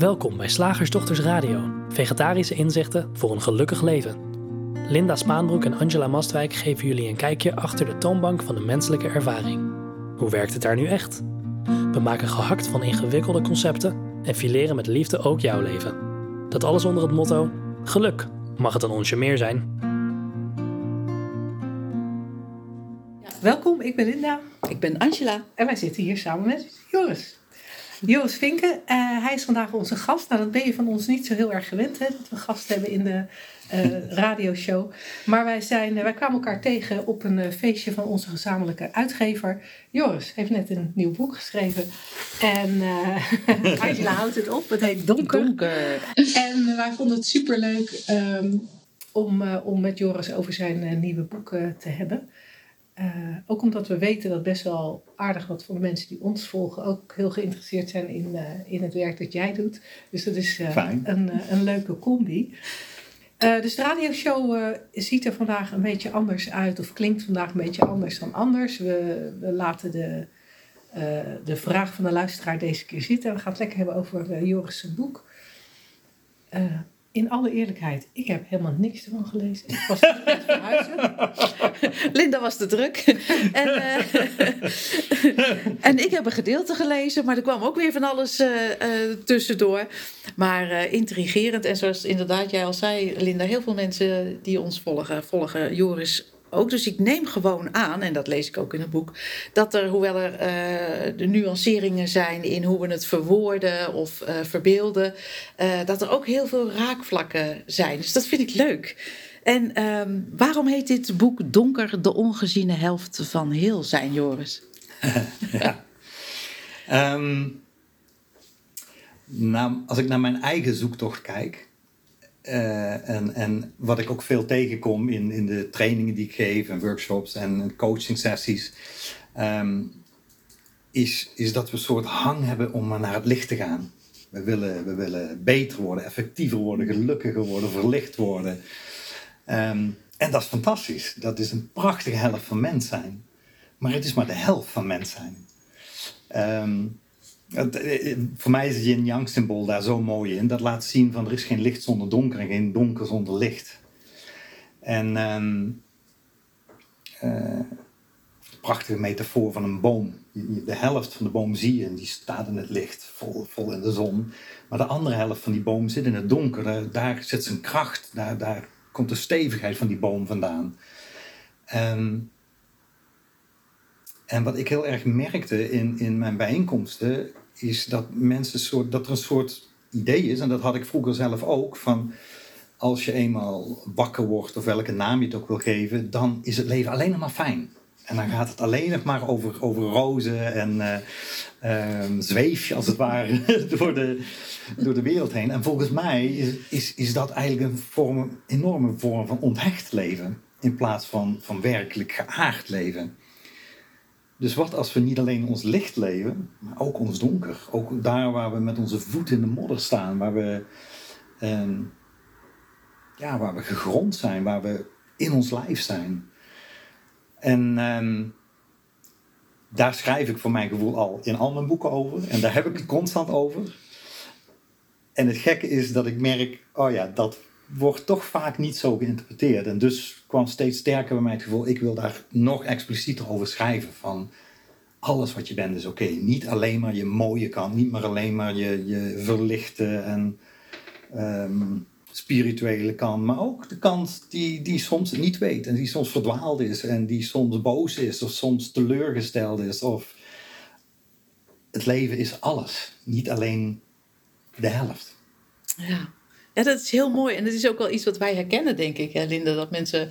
Welkom bij Slagersdochters Radio, vegetarische inzichten voor een gelukkig leven. Linda Spaanbroek en Angela Mastwijk geven jullie een kijkje achter de toonbank van de menselijke ervaring. Hoe werkt het daar nu echt? We maken gehakt van ingewikkelde concepten en fileren met liefde ook jouw leven. Dat alles onder het motto: geluk, mag het een onsje meer zijn? Welkom, ik ben Linda. Ik ben Angela. En wij zitten hier samen met Joris. Joris Vinken, hij is vandaag onze gast. Nou, dat ben je van ons niet zo heel erg gewend, hè, dat we gast hebben in de radioshow. Maar wij kwamen elkaar tegen op een feestje van onze gezamenlijke uitgever. Joris heeft net een nieuw boek geschreven. En Angela houdt het op, het heet Donker. En wij vonden het superleuk om met Joris over zijn nieuwe boek te hebben. Ook omdat we weten dat best wel aardig wat van de mensen die ons volgen ook heel geïnteresseerd zijn in het werk dat jij doet. Dus dat is een leuke combi. Dus de radioshow ziet er vandaag een beetje anders uit, of klinkt vandaag een beetje anders dan anders. We laten de vraag van de luisteraar deze keer zitten. We gaan het lekker hebben over Joris' boek. In alle eerlijkheid, ik heb helemaal niks ervan gelezen. Ik was net verhuizen. Linda was te druk. En ik heb een gedeelte gelezen, maar er kwam ook weer van alles tussendoor. Maar intrigerend. En zoals inderdaad jij al zei, Linda, heel veel mensen die ons volgen Joris ook. Dus ik neem gewoon aan, en dat lees ik ook in het boek, dat er, hoewel er de nuanceringen zijn in hoe we het verwoorden of verbeelden, dat er ook heel veel raakvlakken zijn. Dus dat vind ik leuk. En waarom heet dit boek Donker, de ongeziene helft van heel zijn, Joris? Ja. Nou, als ik naar mijn eigen zoektocht kijk, en wat ik ook veel tegenkom in de trainingen die ik geef en workshops en coaching sessies, is dat we een soort hang hebben om maar naar het licht te gaan. We willen beter worden, effectiever worden, gelukkiger worden, verlicht worden. En dat is fantastisch. Dat is een prachtige helft van mens zijn. Maar het is maar de helft van mens zijn. Voor mij is het yin-yang symbool daar zo mooi in. Dat laat zien van er is geen licht zonder donker en geen donker zonder licht. En de prachtige metafoor van een boom. De helft van de boom zie je en die staat in het licht, vol in de zon. Maar de andere helft van die boom zit in het donker. Daar zit zijn kracht, daar komt de stevigheid van die boom vandaan. En wat ik heel erg merkte in mijn bijeenkomsten, is dat dat er een soort idee is, en dat had ik vroeger zelf ook, van als je eenmaal wakker wordt, of welke naam je het ook wil geven, dan is het leven alleen nog maar fijn. En dan gaat het alleen nog maar over rozen en zweef je als het ware door de wereld heen. En volgens mij is dat eigenlijk een enorme vorm van onthecht leven, in plaats van werkelijk geaard leven. Dus wat als we niet alleen ons licht leven, maar ook ons donker. Ook daar waar we met onze voet in de modder staan. Waar we gegrond zijn. Waar we in ons lijf zijn. En daar schrijf ik voor mijn gevoel al in al mijn boeken over. En daar heb ik het constant over. En het gekke is dat ik merk, dat wordt toch vaak niet zo geïnterpreteerd. En dus kwam steeds sterker bij mij het gevoel, ik wil daar nog explicieter over schrijven. Van alles wat je bent is oké. Niet alleen maar je mooie kant, niet maar alleen maar je verlichte en spirituele kant. Maar ook de kant die soms het niet weet en die soms verdwaald is en die soms boos is of soms teleurgesteld is. Of het leven is alles, niet alleen de helft. Ja. Ja, dat is heel mooi. En dat is ook wel iets wat wij herkennen, denk ik, hè, Linda. Dat mensen,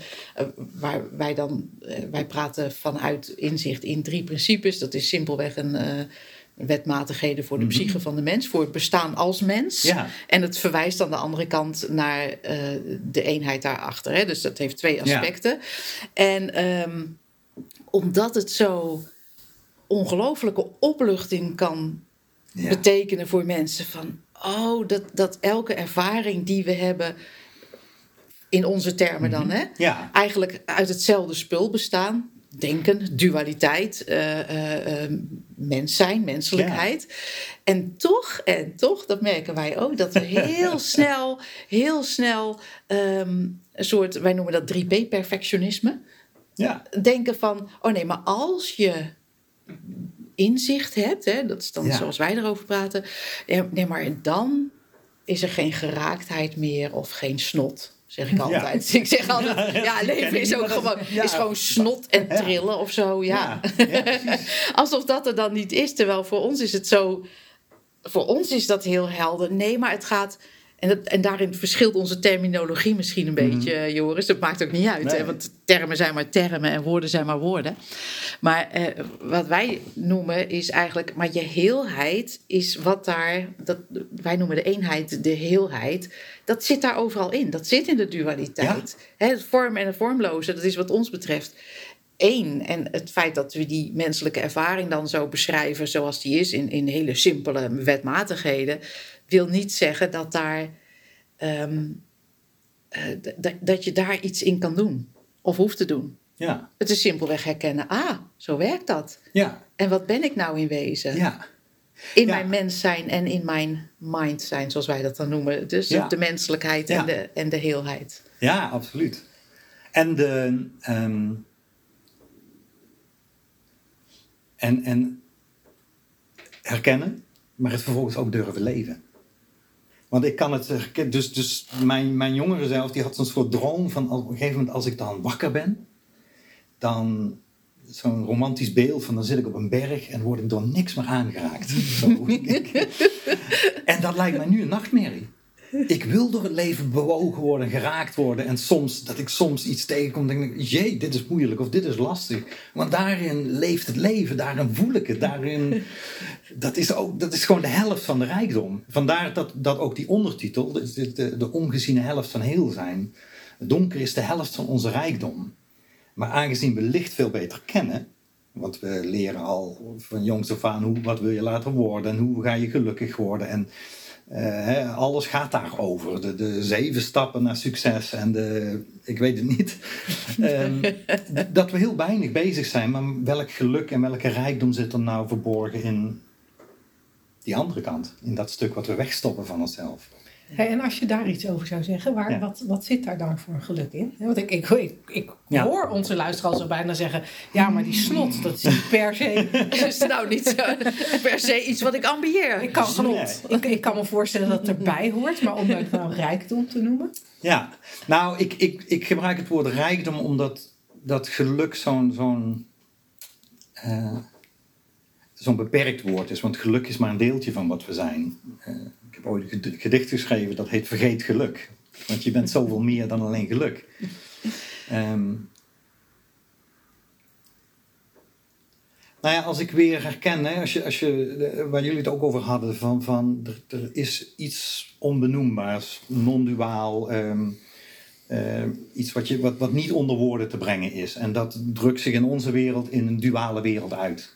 wij praten vanuit inzicht in 3 principes. Dat is simpelweg een wetmatigheden voor de psyche van de mens. Voor het bestaan als mens. Ja. En het verwijst aan de andere kant naar de eenheid daarachter. Hè. Dus dat heeft 2 aspecten. Ja. En omdat het zo ongelooflijke opluchting kan betekenen voor mensen van, dat elke ervaring die we hebben, in onze termen dan, hè, eigenlijk uit hetzelfde spul bestaan. denken, dualiteit, mens zijn, menselijkheid. Ja. En toch, dat merken wij ook, dat we heel snel een soort, wij noemen dat 3P-perfectionisme. Ja. Denken van, maar als je inzicht hebt, hè, dat is dan zoals wij erover praten, maar dan is er geen geraaktheid meer of geen snot. Zeg ik altijd. Ja. Ik zeg altijd, leven is ook gewoon snot en trillen of zo. Ja. Alsof dat er dan niet is. Terwijl voor ons is het zo. Voor ons is dat heel helder. Nee, maar het gaat. En daarin verschilt onze terminologie misschien een beetje, Joris. Dat maakt ook niet uit. Nee. Hè? Want termen zijn maar termen en woorden zijn maar woorden. Maar wat wij noemen is eigenlijk... Maar je heelheid is wat daar... wij noemen de eenheid de heelheid. Dat zit daar overal in. Dat zit in de dualiteit. Ja. Hè, het vorm en het vormloze, dat is wat ons betreft één. En het feit dat we die menselijke ervaring dan zo beschrijven zoals die is... in hele simpele wetmatigheden... wil niet zeggen dat daar dat je daar iets in kan doen. Of hoeft te doen. Ja. Het is simpelweg herkennen. Zo werkt dat. Ja. En wat ben ik nou in wezen? Ja. In mijn mens zijn en in mijn mind zijn, zoals wij dat dan noemen. Dus de menselijkheid en de heelheid. Ja, absoluut. En en herkennen, maar het vervolgens ook durven leven. Want ik kan het... Dus mijn jongere zelf, die had zo'n soort droom van... op een gegeven moment, als ik dan wakker ben... dan zo'n romantisch beeld van... dan zit ik op een berg en word ik door niks meer aangeraakt. Zo. En dat lijkt mij nu een nachtmerrie. Ik wil door het leven bewogen worden, geraakt worden... en dat ik soms iets tegenkom en denk... jee, dit is moeilijk of dit is lastig. Want daarin leeft het leven, daarin voel ik het. Daarin, dat is gewoon de helft van de rijkdom. Vandaar dat ook die ondertitel... de ongeziene helft van heel zijn... donker is de helft van onze rijkdom. Maar aangezien we licht veel beter kennen... want we leren al van jongs af aan... wat wil je later worden en hoe ga je gelukkig worden... en alles gaat daarover. De 7 stappen naar succes en ik weet het niet. Dat we heel weinig bezig zijn, maar welk geluk en welke rijkdom zit er nou verborgen in die andere kant? In dat stuk wat we wegstoppen van onszelf. Hey, en als je daar iets over zou zeggen, wat zit daar dan voor een geluk in? Want ik hoor onze luisteraars al bijna zeggen... ja, maar die snot, dat is niet per se... dat is nou niet per se iets wat ik ambieer. Ik kan me voorstellen dat het erbij hoort... maar om het nou rijkdom te noemen? Ja, nou, ik gebruik het woord rijkdom... omdat dat geluk zo'n beperkt woord is. Want geluk is maar een deeltje van wat we zijn... Ik heb ooit een gedicht geschreven dat heet Vergeet geluk. Want je bent zoveel meer dan alleen geluk. Nou ja, als ik weer herken, hè, als je, waar jullie het ook over hadden, van er is iets onbenoembaars, non-duaal, iets wat niet onder woorden te brengen is. En dat drukt zich in onze wereld in een duale wereld uit.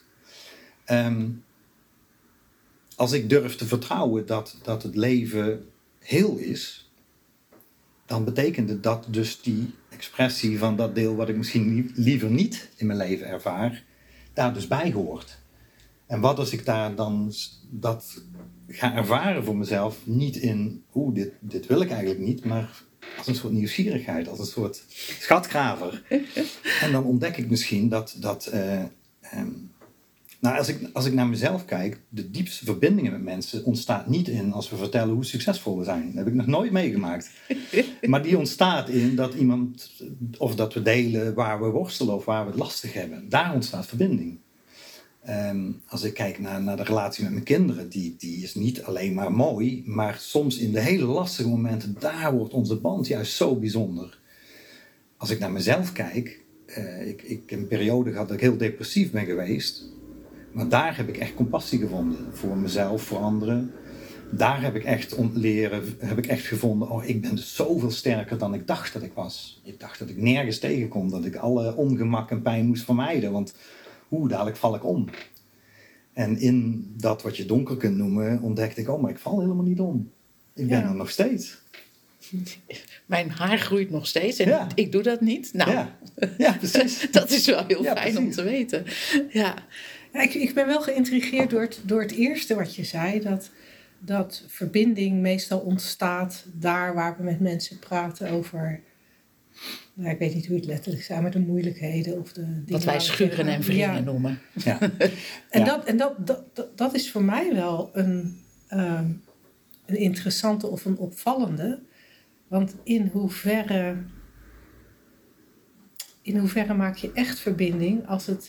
Als ik durf te vertrouwen dat het leven heel is, dan betekent dat dus die expressie van dat deel wat ik misschien liever niet in mijn leven ervaar, daar dus bij hoort. En wat als ik daar dan dat ga ervaren voor mezelf, niet in, dit wil ik eigenlijk niet, maar als een soort nieuwsgierigheid, als een soort schatgraver. En dan ontdek ik misschien als ik naar mezelf kijk, de diepste verbindingen met mensen ontstaat niet in als we vertellen hoe succesvol we zijn. Dat heb ik nog nooit meegemaakt. Maar die ontstaat in dat iemand, of dat we delen waar we worstelen of waar we het lastig hebben. Daar ontstaat verbinding. Als ik kijk naar de relatie met mijn kinderen, die is niet alleen maar mooi, maar soms in de hele lastige momenten, daar wordt onze band juist zo bijzonder. Als ik naar mezelf kijk, ik heb een periode gehad dat ik heel depressief ben geweest. Maar daar heb ik echt compassie gevonden. Voor mezelf, voor anderen. Daar heb ik echt gevonden... ik ben dus zoveel sterker dan ik dacht dat ik was. Ik dacht dat ik nergens tegenkom. Dat ik alle ongemak en pijn moest vermijden. Want dadelijk val ik om. En in dat wat je donker kunt noemen... ontdekte ik, maar ik val helemaal niet om. Ik ben er nog steeds. Mijn haar groeit nog steeds en ik doe dat niet. Nou, ja precies. Dat is wel heel fijn precies. om te weten. Ja. Ja, ik ben wel geïntrigeerd door het eerste wat je zei. Dat verbinding meestal ontstaat daar waar we met mensen praten over... Nou, ik weet niet hoe je het letterlijk zei, maar de moeilijkheden of de dingen... Wat wij schuren en wringen noemen. Ja. En dat is voor mij wel een interessante of een opvallende. Want in hoeverre maak je echt verbinding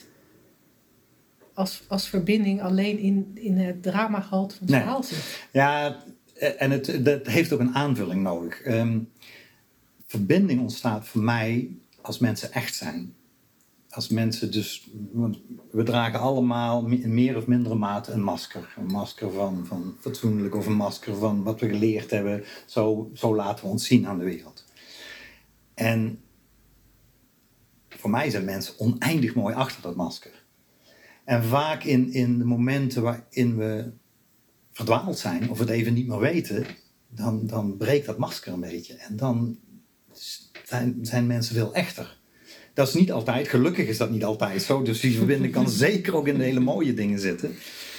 als verbinding alleen in het dramagehalte van het verhaal zit? Ja, en dat heeft ook een aanvulling nodig. Verbinding ontstaat voor mij als mensen echt zijn. Als mensen dus... Want we dragen allemaal in meer of mindere mate een masker. Een masker van fatsoenlijk of een masker van wat we geleerd hebben. Zo laten we ons zien aan de wereld. En voor mij zijn mensen oneindig mooi achter dat masker. En vaak in de momenten waarin we verdwaald zijn of het even niet meer weten... Dan breekt dat masker een beetje. En dan zijn mensen veel echter. Dat is niet altijd, gelukkig is dat niet altijd zo. Dus die verbinding kan zeker ook in de hele mooie dingen zitten.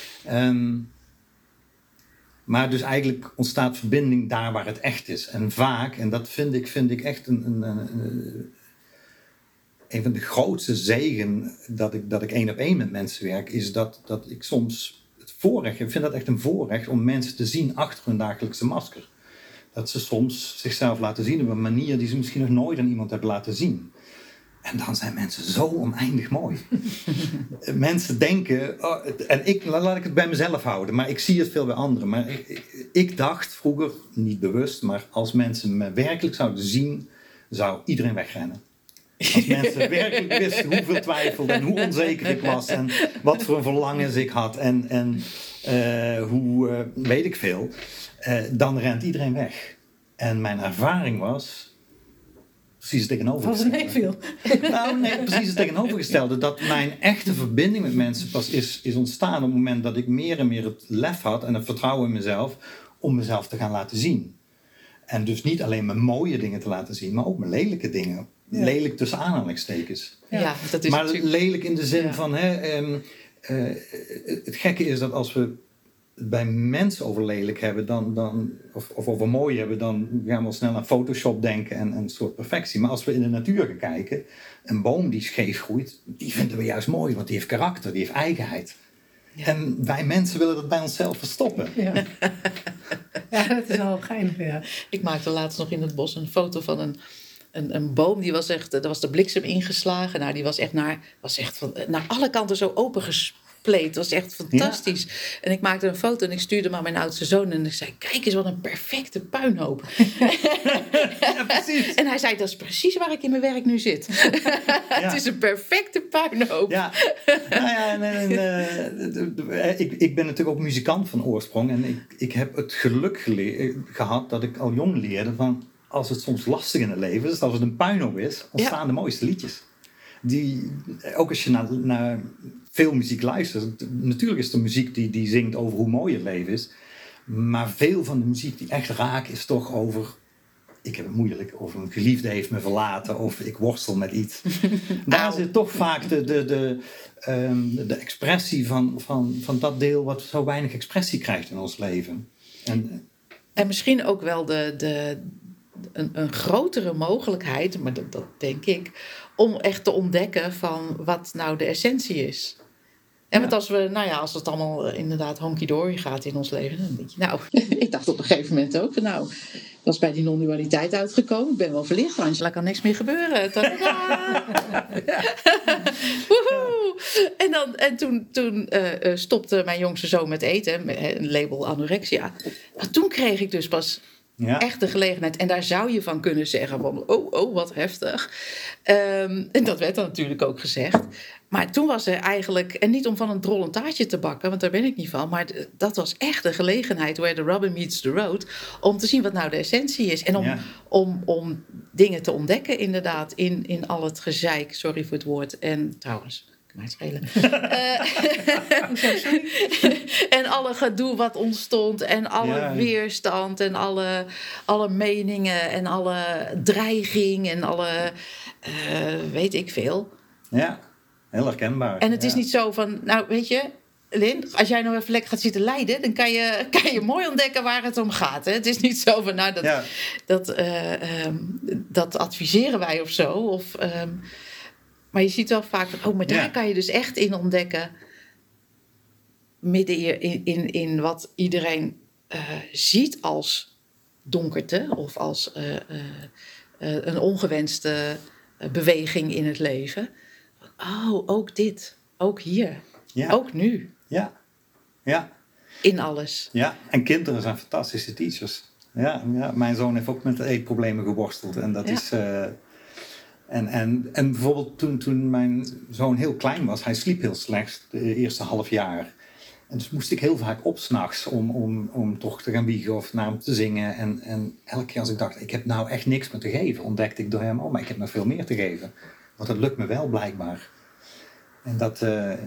Maar dus eigenlijk ontstaat verbinding daar waar het echt is. En vaak, en dat vind ik echt een van de grootste zegen dat ik 1-op-1 met mensen werk, is dat ik soms het voorrecht, ik vind dat echt een voorrecht om mensen te zien achter hun dagelijkse masker. Dat ze soms zichzelf laten zien op een manier die ze misschien nog nooit aan iemand hebben laten zien. En dan zijn mensen zo oneindig mooi. Mensen denken, laat ik het bij mezelf houden, maar ik zie het veel bij anderen. Maar ik dacht vroeger, niet bewust, maar als mensen me werkelijk zouden zien, zou iedereen wegrennen. Als mensen werkelijk wisten hoeveel twijfelde en hoe onzeker ik was en wat voor verlangens ik had en hoe weet ik veel, dan rent iedereen weg. En mijn ervaring was precies het tegenovergestelde. Dat was nee veel. Nou nee, precies het tegenovergestelde. Dat mijn echte verbinding met mensen pas is ontstaan op het moment dat ik meer en meer het lef had en het vertrouwen in mezelf om mezelf te gaan laten zien. En dus niet alleen mijn mooie dingen te laten zien, maar ook mijn lelijke dingen. Ja. Lelijk tussen aanhalingstekens. Ja, dat is maar natuurlijk... lelijk in de zin van... het gekke is dat als we het bij mensen over lelijk hebben... of over mooi hebben... dan gaan we al snel aan Photoshop denken en een soort perfectie. Maar als we in de natuur gaan kijken... een boom die scheef groeit... die vinden we juist mooi, want die heeft karakter, die heeft eigenheid. Ja. En wij mensen willen dat bij onszelf verstoppen. Ja, ja, dat is wel geinig, ja. Ik maakte laatst nog in het bos een foto van een boom. Die was echt, daar was de bliksem ingeslagen. Nou, die was echt naar alle kanten zo opengespleet. Het was echt fantastisch. Ja. En ik maakte een foto en ik stuurde hem aan mijn oudste zoon. En ik zei, kijk eens wat een perfecte puinhoop. Ja, precies. En hij zei, dat is precies waar ik in mijn werk nu zit. Ja. Het is een perfecte puinhoop. Ja, nou ja, ik ben natuurlijk ook muzikant van oorsprong. En ik heb het geluk gehad dat ik al jong leerde van... als het soms lastig in het leven is, als het een puinhoop is... ontstaan de mooiste liedjes. Ook als je naar veel muziek luistert... natuurlijk is er muziek die zingt over hoe mooi het leven is... maar veel van de muziek die echt raakt is toch over... ik heb het moeilijk, of een geliefde heeft me verlaten... of ik worstel met iets. Daar zit toch vaak de expressie van dat deel... wat zo weinig expressie krijgt in ons leven. En misschien ook wel een grotere mogelijkheid, maar dat denk ik, om echt te ontdekken van wat nou de essentie is. En want als het allemaal inderdaad honky-dory gaat in ons leven, dan denk je, nou, ik dacht op een gegeven moment ook van ik was bij die non-dualiteit uitgekomen, ik ben wel verlicht, Angela, kan niks meer gebeuren. En toen stopte mijn jongste zoon met eten, met een label anorexia. Maar toen kreeg ik dus pas echt de gelegenheid. En daar zou je van kunnen zeggen van, oh, wat heftig. En dat werd dan natuurlijk ook gezegd. Maar toen was er eigenlijk, en niet om van een drol een taartje te bakken, want daar ben ik niet van, maar dat was echt de gelegenheid, where the rubber meets the road, om te zien wat nou de essentie is. En om dingen te ontdekken inderdaad in al het gezeik, sorry voor het woord. En trouwens, Maar het schelen. En alle gedoe wat ontstond. En alle weerstand. En alle meningen. En alle dreiging. En alle weet ik veel. Ja, heel herkenbaar. En het is niet zo van, nou weet je, Lin, als jij nou even lekker gaat zitten lijden, dan kan je mooi ontdekken waar het om gaat. Hè? Het is niet zo van, nou, dat adviseren wij of zo. Maar je ziet wel vaak van, maar daar kan je dus echt in ontdekken. Midden in wat iedereen ziet als donkerte of als een ongewenste beweging in het leven. Oh, ook dit. Ook hier. Ja. Ook nu. Ja. In alles. Ja, en kinderen zijn fantastische teachers. Ja, mijn zoon heeft ook met eetproblemen geworsteld. En dat is... En bijvoorbeeld toen mijn zoon heel klein was, hij sliep heel slecht de eerste half jaar. En dus moest ik heel vaak op 's nachts om toch te gaan wiegen of naar hem te zingen. En elke keer als ik dacht, ik heb nou echt niks meer te geven, ontdekte ik door hem, maar ik heb nog veel meer te geven. Want dat lukt me wel blijkbaar. En dat,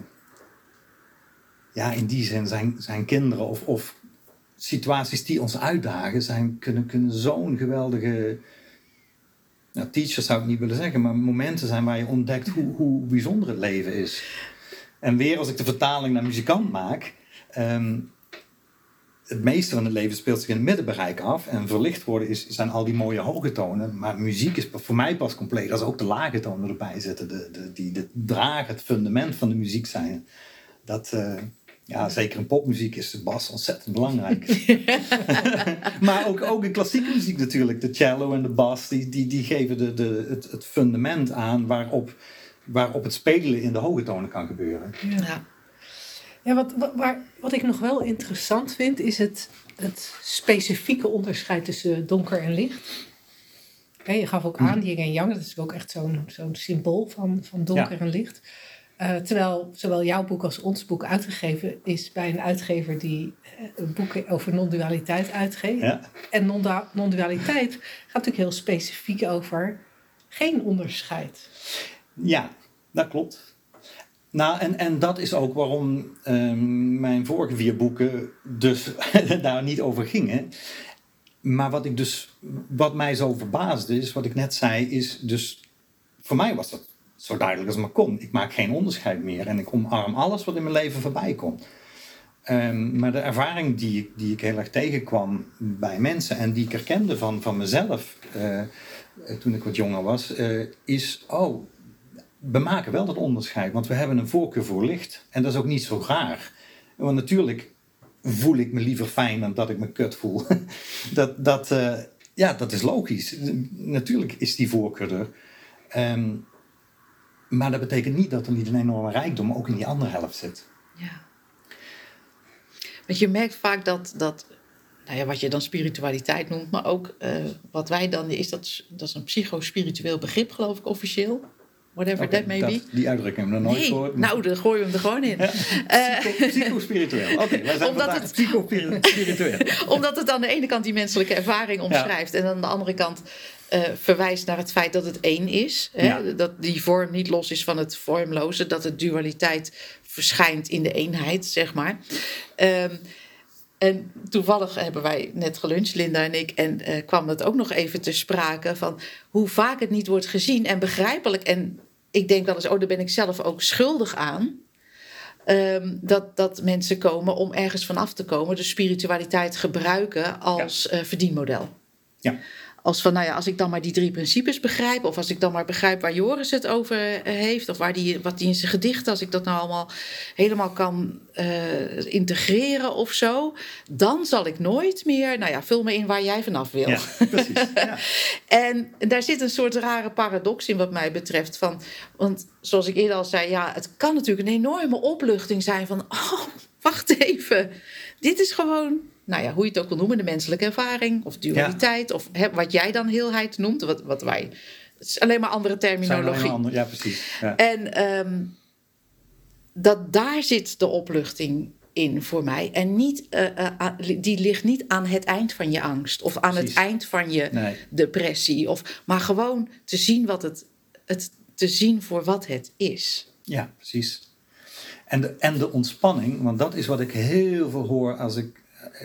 in die zin zijn kinderen of situaties die ons uitdagen, kunnen zo'n geweldige... Nou, teachers zou ik niet willen zeggen, maar momenten zijn waar je ontdekt hoe bijzonder het leven is. En weer als ik de vertaling naar muzikant maak, het meeste van het leven speelt zich in het middenbereik af. En verlicht worden zijn al die mooie hoge tonen. Maar muziek is voor mij pas compleet als ook de lage tonen erbij zitten. Die dragen, het fundament van de muziek zijn. Dat... zeker in popmuziek is de bas ontzettend belangrijk. Maar ook in klassieke muziek natuurlijk. De cello en de bas, die geven het fundament aan waarop het spelen in de hoge tonen kan gebeuren. Ja, wat ik nog wel interessant vind, is het specifieke onderscheid tussen donker en licht. Je gaf ook aan, yin en yang, dat is ook echt zo'n symbool van donker en licht. Terwijl zowel jouw boek als ons boek uitgegeven is bij een uitgever die boeken over non-dualiteit uitgeeft. Ja. En non-dualiteit gaat natuurlijk heel specifiek over geen onderscheid. Ja, dat klopt. Nou, en dat is ook waarom mijn vorige 4 boeken dus daar niet over gingen. Maar wat mij zo verbaasde is, wat ik net zei, is dus voor mij was dat zo duidelijk als maar kon. Ik maak geen onderscheid meer en ik omarm alles wat in mijn leven voorbij komt. Maar de ervaring die ik heel erg tegenkwam bij mensen en die ik herkende van mezelf toen ik wat jonger was, is, we maken wel dat onderscheid, want we hebben een voorkeur voor licht. En dat is ook niet zo raar. Want natuurlijk voel ik me liever fijn dan dat ik me kut voel. Dat is logisch. Natuurlijk is die voorkeur er. Maar dat betekent niet dat er niet een enorme rijkdom ook in die andere helft zit. Ja. Want je merkt vaak dat wat je dan spiritualiteit noemt, maar ook wat wij dan, dat is een psychospiritueel begrip, geloof ik, officieel. Whatever that may be. Die uitdrukking hebben we nog nooit gehoord. Nou, dan gooien we hem er gewoon in. Psychospiritueel. Oké, wij zijn vandaag psychospiritueel. Omdat het aan de ene kant die menselijke ervaring omschrijft. Ja. En aan de andere kant verwijst naar het feit dat het één is. Hè? Ja. Dat die vorm niet los is van het vormloze. Dat de dualiteit verschijnt in de eenheid, zeg maar. En toevallig hebben wij net geluncht, Linda en ik, en kwam het ook nog even te sprake van hoe vaak het niet wordt gezien en begrijpelijk. En ik denk wel eens, daar ben ik zelf ook schuldig aan. Dat mensen komen om ergens vanaf te komen, dus spiritualiteit gebruiken als verdienmodel. Ja. Als van, als ik dan maar die 3 principes begrijp, of als ik dan maar begrijp waar Joris het over heeft, of wat die in zijn gedichten, als ik dat nou allemaal helemaal kan integreren of zo, dan zal ik nooit meer, vul me in waar jij vanaf wil. Ja, precies. Ja. En daar zit een soort rare paradox in wat mij betreft. Want zoals ik eerder al zei, het kan natuurlijk een enorme opluchting zijn van, wacht even, dit is gewoon, hoe je het ook wil noemen, de menselijke ervaring of dualiteit, of wat jij dan heelheid noemt, wat wij, het is alleen maar andere terminologie. Ja, precies. Ja. En dat daar zit de opluchting in voor mij. En niet, die ligt niet aan het eind van je angst of aan het eind van je depressie, maar gewoon te zien te zien voor wat het is. Ja, precies. En de ontspanning, want dat is wat ik heel veel hoor als ik,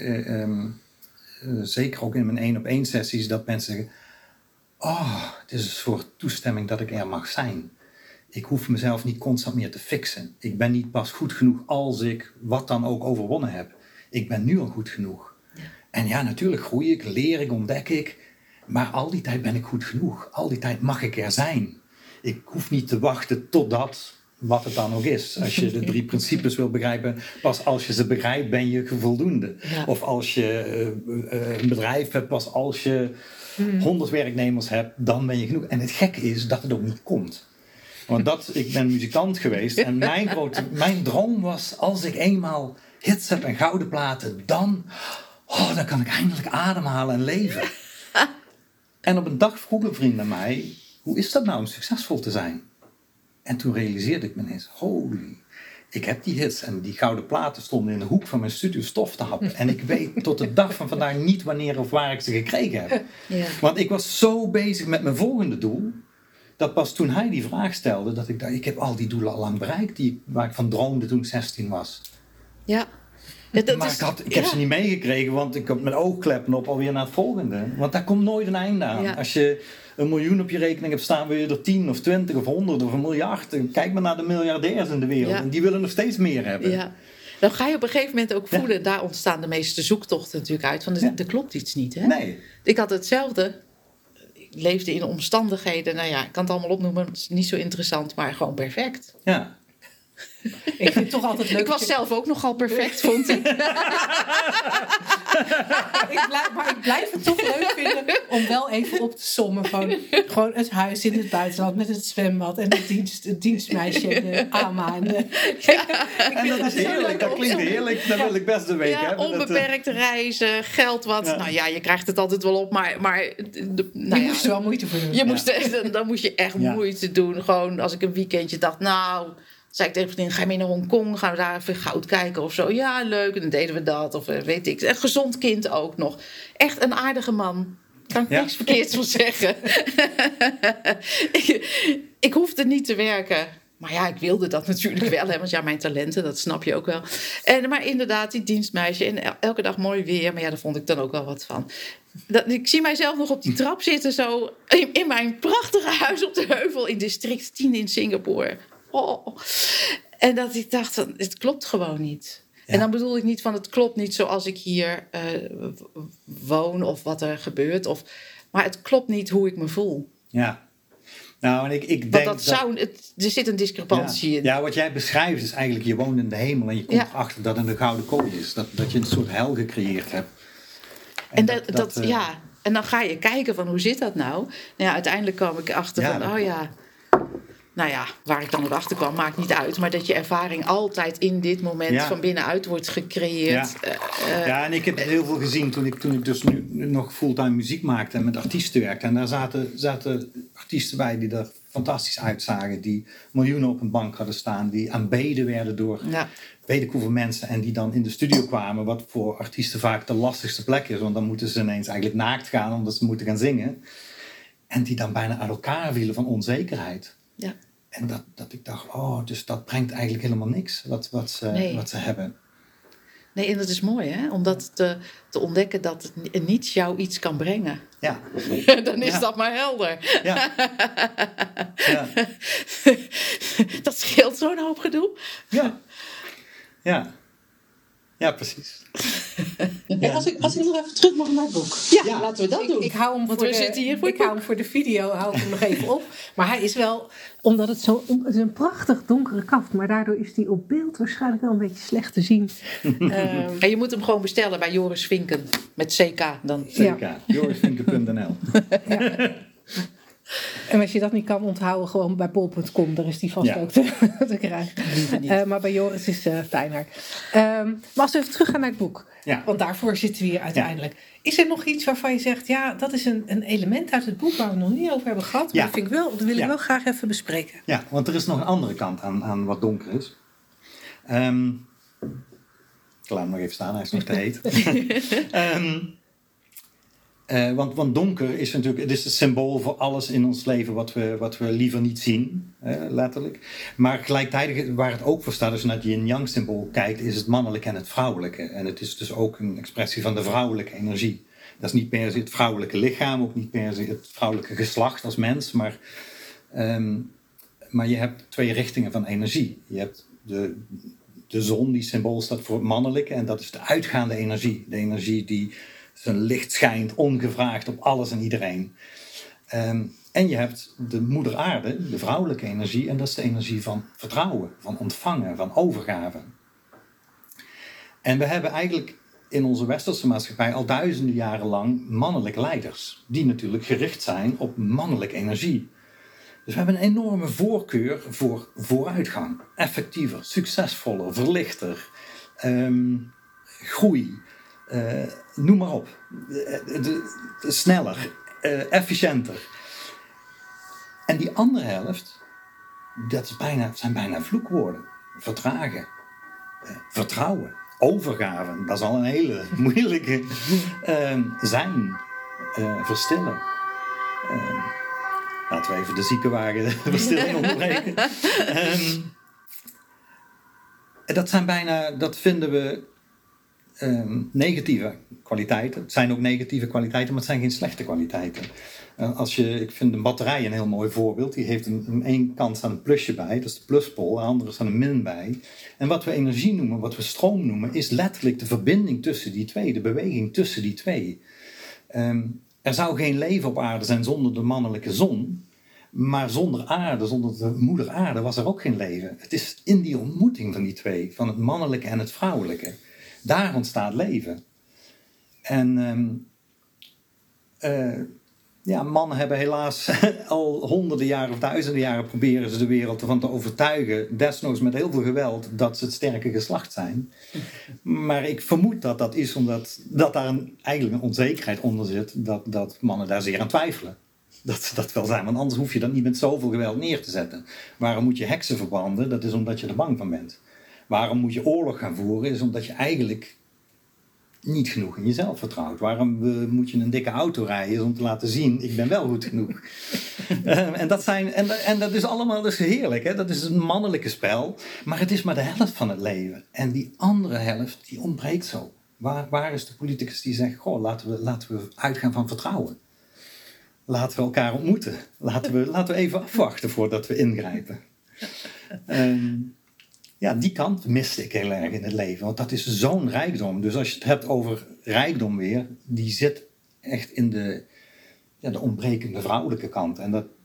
zeker ook in mijn 1-op-1 sessies, dat mensen zeggen, het is een soort toestemming dat ik er mag zijn. Ik hoef mezelf niet constant meer te fixen. Ik ben niet pas goed genoeg als ik wat dan ook overwonnen heb. Ik ben nu al goed genoeg. Ja. En ja, natuurlijk groei ik, leer ik, ontdek ik. Maar al die tijd ben ik goed genoeg. Al die tijd mag ik er zijn. Ik hoef niet te wachten totdat, wat het dan ook is. Als je de 3 principes wil begrijpen, pas als je ze begrijpt ben je voldoende. Ja. Of als je een bedrijf hebt, pas als je 100 werknemers hebt, dan ben je genoeg. En het gekke is dat het ook niet komt. Want ik ben muzikant geweest en mijn droom was, als ik eenmaal hits heb en gouden platen, dan kan ik eindelijk ademhalen en leven. En op een dag vroeg een vriend aan mij, hoe is dat nou om succesvol te zijn? En toen realiseerde ik me ineens, ik heb die hits en die gouden platen stonden in de hoek van mijn studio stof te happen. En ik weet tot de dag van vandaag niet wanneer of waar ik ze gekregen heb. Ja. Want ik was zo bezig met mijn volgende doel, dat pas toen hij die vraag stelde, dat ik dacht, ik heb al die doelen al lang bereikt, waar ik van droomde toen ik 16 was. Ja. Maar ik heb ze niet meegekregen, want ik heb mijn oogkleppen op alweer naar het volgende. Want daar komt nooit een einde aan. Ja. Als je 1 miljoen op je rekening hebt staan, wil je er 10 of 20 of 100 of 1 miljard. Kijk maar naar de miljardairs in de wereld. Ja. En die willen nog steeds meer hebben. Ja. Dan ga je op een gegeven moment ook voelen, daar ontstaan de meeste zoektochten natuurlijk uit. Van er klopt iets niet. Hè? Nee. Ik had hetzelfde. Ik leefde in omstandigheden, ik kan het allemaal opnoemen, het is niet zo interessant, maar gewoon perfect. Ja. Ik vind het toch altijd leuk. Ik was zelf ook nogal perfect, vond ik. Ik blijf het toch leuk vinden om wel even op te sommen. Gewoon het huis in het buitenland met het zwembad en het dienstmeisje en de ama. En dat is heerlijk, dat klinkt heerlijk. Dat wil ik best een week hebben. Onbeperkt reizen, geld wat. Ja. Je krijgt het altijd wel op, maar je moest er wel moeite voor doen. Dan moet je echt moeite doen. Gewoon als ik een weekendje dacht, zei ik tegen vriendin, ga je mee naar Hongkong? Gaan we daar even goud kijken of zo? Ja, leuk. En dan deden we dat. Of weet ik. Een gezond kind ook nog. Echt een aardige man. Kan ik niks verkeerds van zeggen. ik hoefde niet te werken. Maar ik wilde dat natuurlijk wel. Hè, want mijn talenten, dat snap je ook wel. Maar inderdaad, die dienstmeisje. En elke dag mooi weer. Maar daar vond ik dan ook wel wat van. Ik zie mijzelf nog op die trap zitten. Zo in mijn prachtige huis op de heuvel. In district 10 in Singapore. En dat ik dacht, het klopt gewoon niet. Ja. En dan bedoel ik niet van, het klopt niet zoals ik hier woon of wat er gebeurt. Maar het klopt niet hoe ik me voel. Ja. Nou, en ik denk er zit een discrepantie in. Ja, wat jij beschrijft is eigenlijk, je woont in de hemel en je komt erachter dat het een gouden kooi is. Dat je een soort hel gecreëerd hebt. En dan ga je kijken van, hoe zit dat nou? Uiteindelijk kwam ik achter waar ik dan ook achter kwam, maakt niet uit. Maar dat je ervaring altijd in dit moment van binnenuit wordt gecreëerd. En ik heb heel veel gezien toen ik dus nu nog fulltime muziek maakte en met artiesten werkte. En daar zaten artiesten bij die er fantastisch uitzagen. Die miljoenen op een bank hadden staan. Die aanbeden werden door weet ik hoeveel mensen. En die dan in de studio kwamen. Wat voor artiesten vaak de lastigste plek is. Want dan moeten ze ineens eigenlijk naakt gaan omdat ze moeten gaan zingen. En die dan bijna uit elkaar vielen van onzekerheid. Ja. En dat ik dacht, dus dat brengt eigenlijk helemaal niks wat ze hebben. Nee, en dat is mooi, hè? Om dat te ontdekken dat niets jou iets kan brengen. Ja. Dan is dat maar helder. Ja. Dat scheelt zo'n hoop gedoe. Ja, precies. Als ik nog even terug mag naar het boek. Ja, laten we dat doen. Ik hou hem voor de video hou ik hem nog even op. Maar hij is wel, omdat het is een prachtig donkere kaft. Maar daardoor is hij op beeld waarschijnlijk wel een beetje slecht te zien. En je moet hem gewoon bestellen bij Joris Vinken. Met CK dan. CK, jorisvinken.nl. Ja. En als je dat niet kan onthouden, gewoon bij bol.com. Daar is die vast ook te krijgen. Maar bij Joris is fijner. Maar als we even teruggaan naar het boek. Ja. Want daarvoor zitten we hier uiteindelijk. Ja. Is er nog iets waarvan je zegt, dat is een element uit het boek waar we nog niet over hebben gehad. Maar dat wil ik wel graag even bespreken. Ja, want er is nog een andere kant aan wat donker is. Ik laat hem nog even staan, hij is nog te heet. Want donker is natuurlijk, het is het symbool voor alles in ons leven wat we liever niet zien, letterlijk. Maar gelijktijdig, waar het ook voor staat, als je naar het yin-yang symbool kijkt, is het mannelijke en het vrouwelijke. En het is dus ook een expressie van de vrouwelijke energie. Dat is niet per se het vrouwelijke lichaam, ook niet per se het vrouwelijke geslacht als mens, maar je hebt 2 richtingen van energie. Je hebt de zon, die symbool staat voor het mannelijke, en dat is de uitgaande energie. De energie die zijn licht schijnt, ongevraagd op alles en iedereen. En je hebt de moeder aarde, de vrouwelijke energie, en dat is de energie van vertrouwen, van ontvangen, van overgave. En we hebben eigenlijk in onze westerse maatschappij al duizenden jaren lang mannelijke leiders, die natuurlijk gericht zijn op mannelijke energie. Dus we hebben een enorme voorkeur voor vooruitgang, effectiever, succesvoller, verlichter, groei, noem maar op. Sneller, efficiënter. En die andere helft, dat zijn bijna vloekwoorden. Vertragen, vertrouwen, overgave, dat is al een hele moeilijke. Zijn, verstillen. Laten we even de ziekenwagen verstilling onderbreken. Dat vinden we negatieve kwaliteiten. Het zijn ook negatieve kwaliteiten, maar het zijn geen slechte kwaliteiten. Ik vind een batterij een heel mooi voorbeeld. Die heeft aan één kant staan een plusje bij, dat is de pluspol, aan de andere staan een min bij. En wat we energie noemen, wat we stroom noemen, is letterlijk de verbinding tussen die twee, de beweging tussen die twee. Er zou geen leven op aarde zijn zonder de mannelijke zon. Maar zonder aarde, zonder de moeder aarde, was er ook geen leven. Het is in die ontmoeting van die twee, van het mannelijke en het vrouwelijke. Daar ontstaat leven. En mannen hebben helaas al honderden jaren of duizenden jaren proberen ze de wereld ervan te overtuigen, desnoods met heel veel geweld, dat ze het sterke geslacht zijn. Maar ik vermoed dat dat is omdat daar eigenlijk een onzekerheid onder zit, dat mannen daar zeer aan twijfelen. Dat ze dat wel zijn, want anders hoef je dat niet met zoveel geweld neer te zetten. Waarom moet je heksen verbranden? Dat is omdat je er bang van bent. Waarom moet je oorlog gaan voeren? Is omdat je eigenlijk niet genoeg in jezelf vertrouwt. Waarom moet je een dikke auto rijden? Is om te laten zien, ik ben wel goed genoeg. En dat is allemaal dus heerlijk. Hè? Dat is een mannelijke spel. Maar het is maar de helft van het leven. En die andere helft, die ontbreekt zo. Waar is de politicus die zegt, goh, laten we uitgaan van vertrouwen. Laten we elkaar ontmoeten. Laten we even afwachten voordat we ingrijpen. Die kant miste ik heel erg in het leven. Want dat is zo'n rijkdom. Dus als je het hebt over rijkdom weer, die zit echt in de ontbrekende vrouwelijke kant.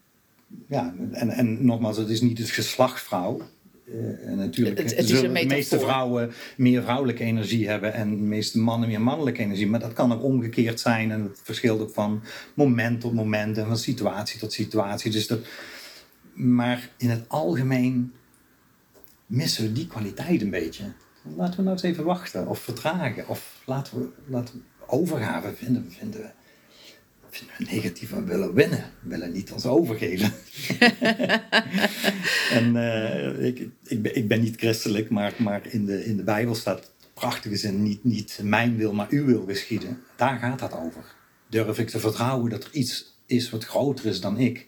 En nogmaals, het is niet het geslacht vrouw. En natuurlijk zullen de meeste vrouwen meer vrouwelijke energie hebben en de meeste mannen meer mannelijke energie. Maar dat kan ook omgekeerd zijn en het verschilt ook van moment tot moment en van situatie tot situatie. Maar in het algemeen missen we die kwaliteit een beetje. Laten we nou eens even wachten of vertragen of laten we overgave vinden we negatief, we willen winnen. We willen niet ons overgeven. En ik ben niet christelijk, maar in de Bijbel staat prachtige zin, niet mijn wil, maar uw wil geschieden. Daar gaat dat over. Durf ik te vertrouwen dat er iets is wat groter is dan ik.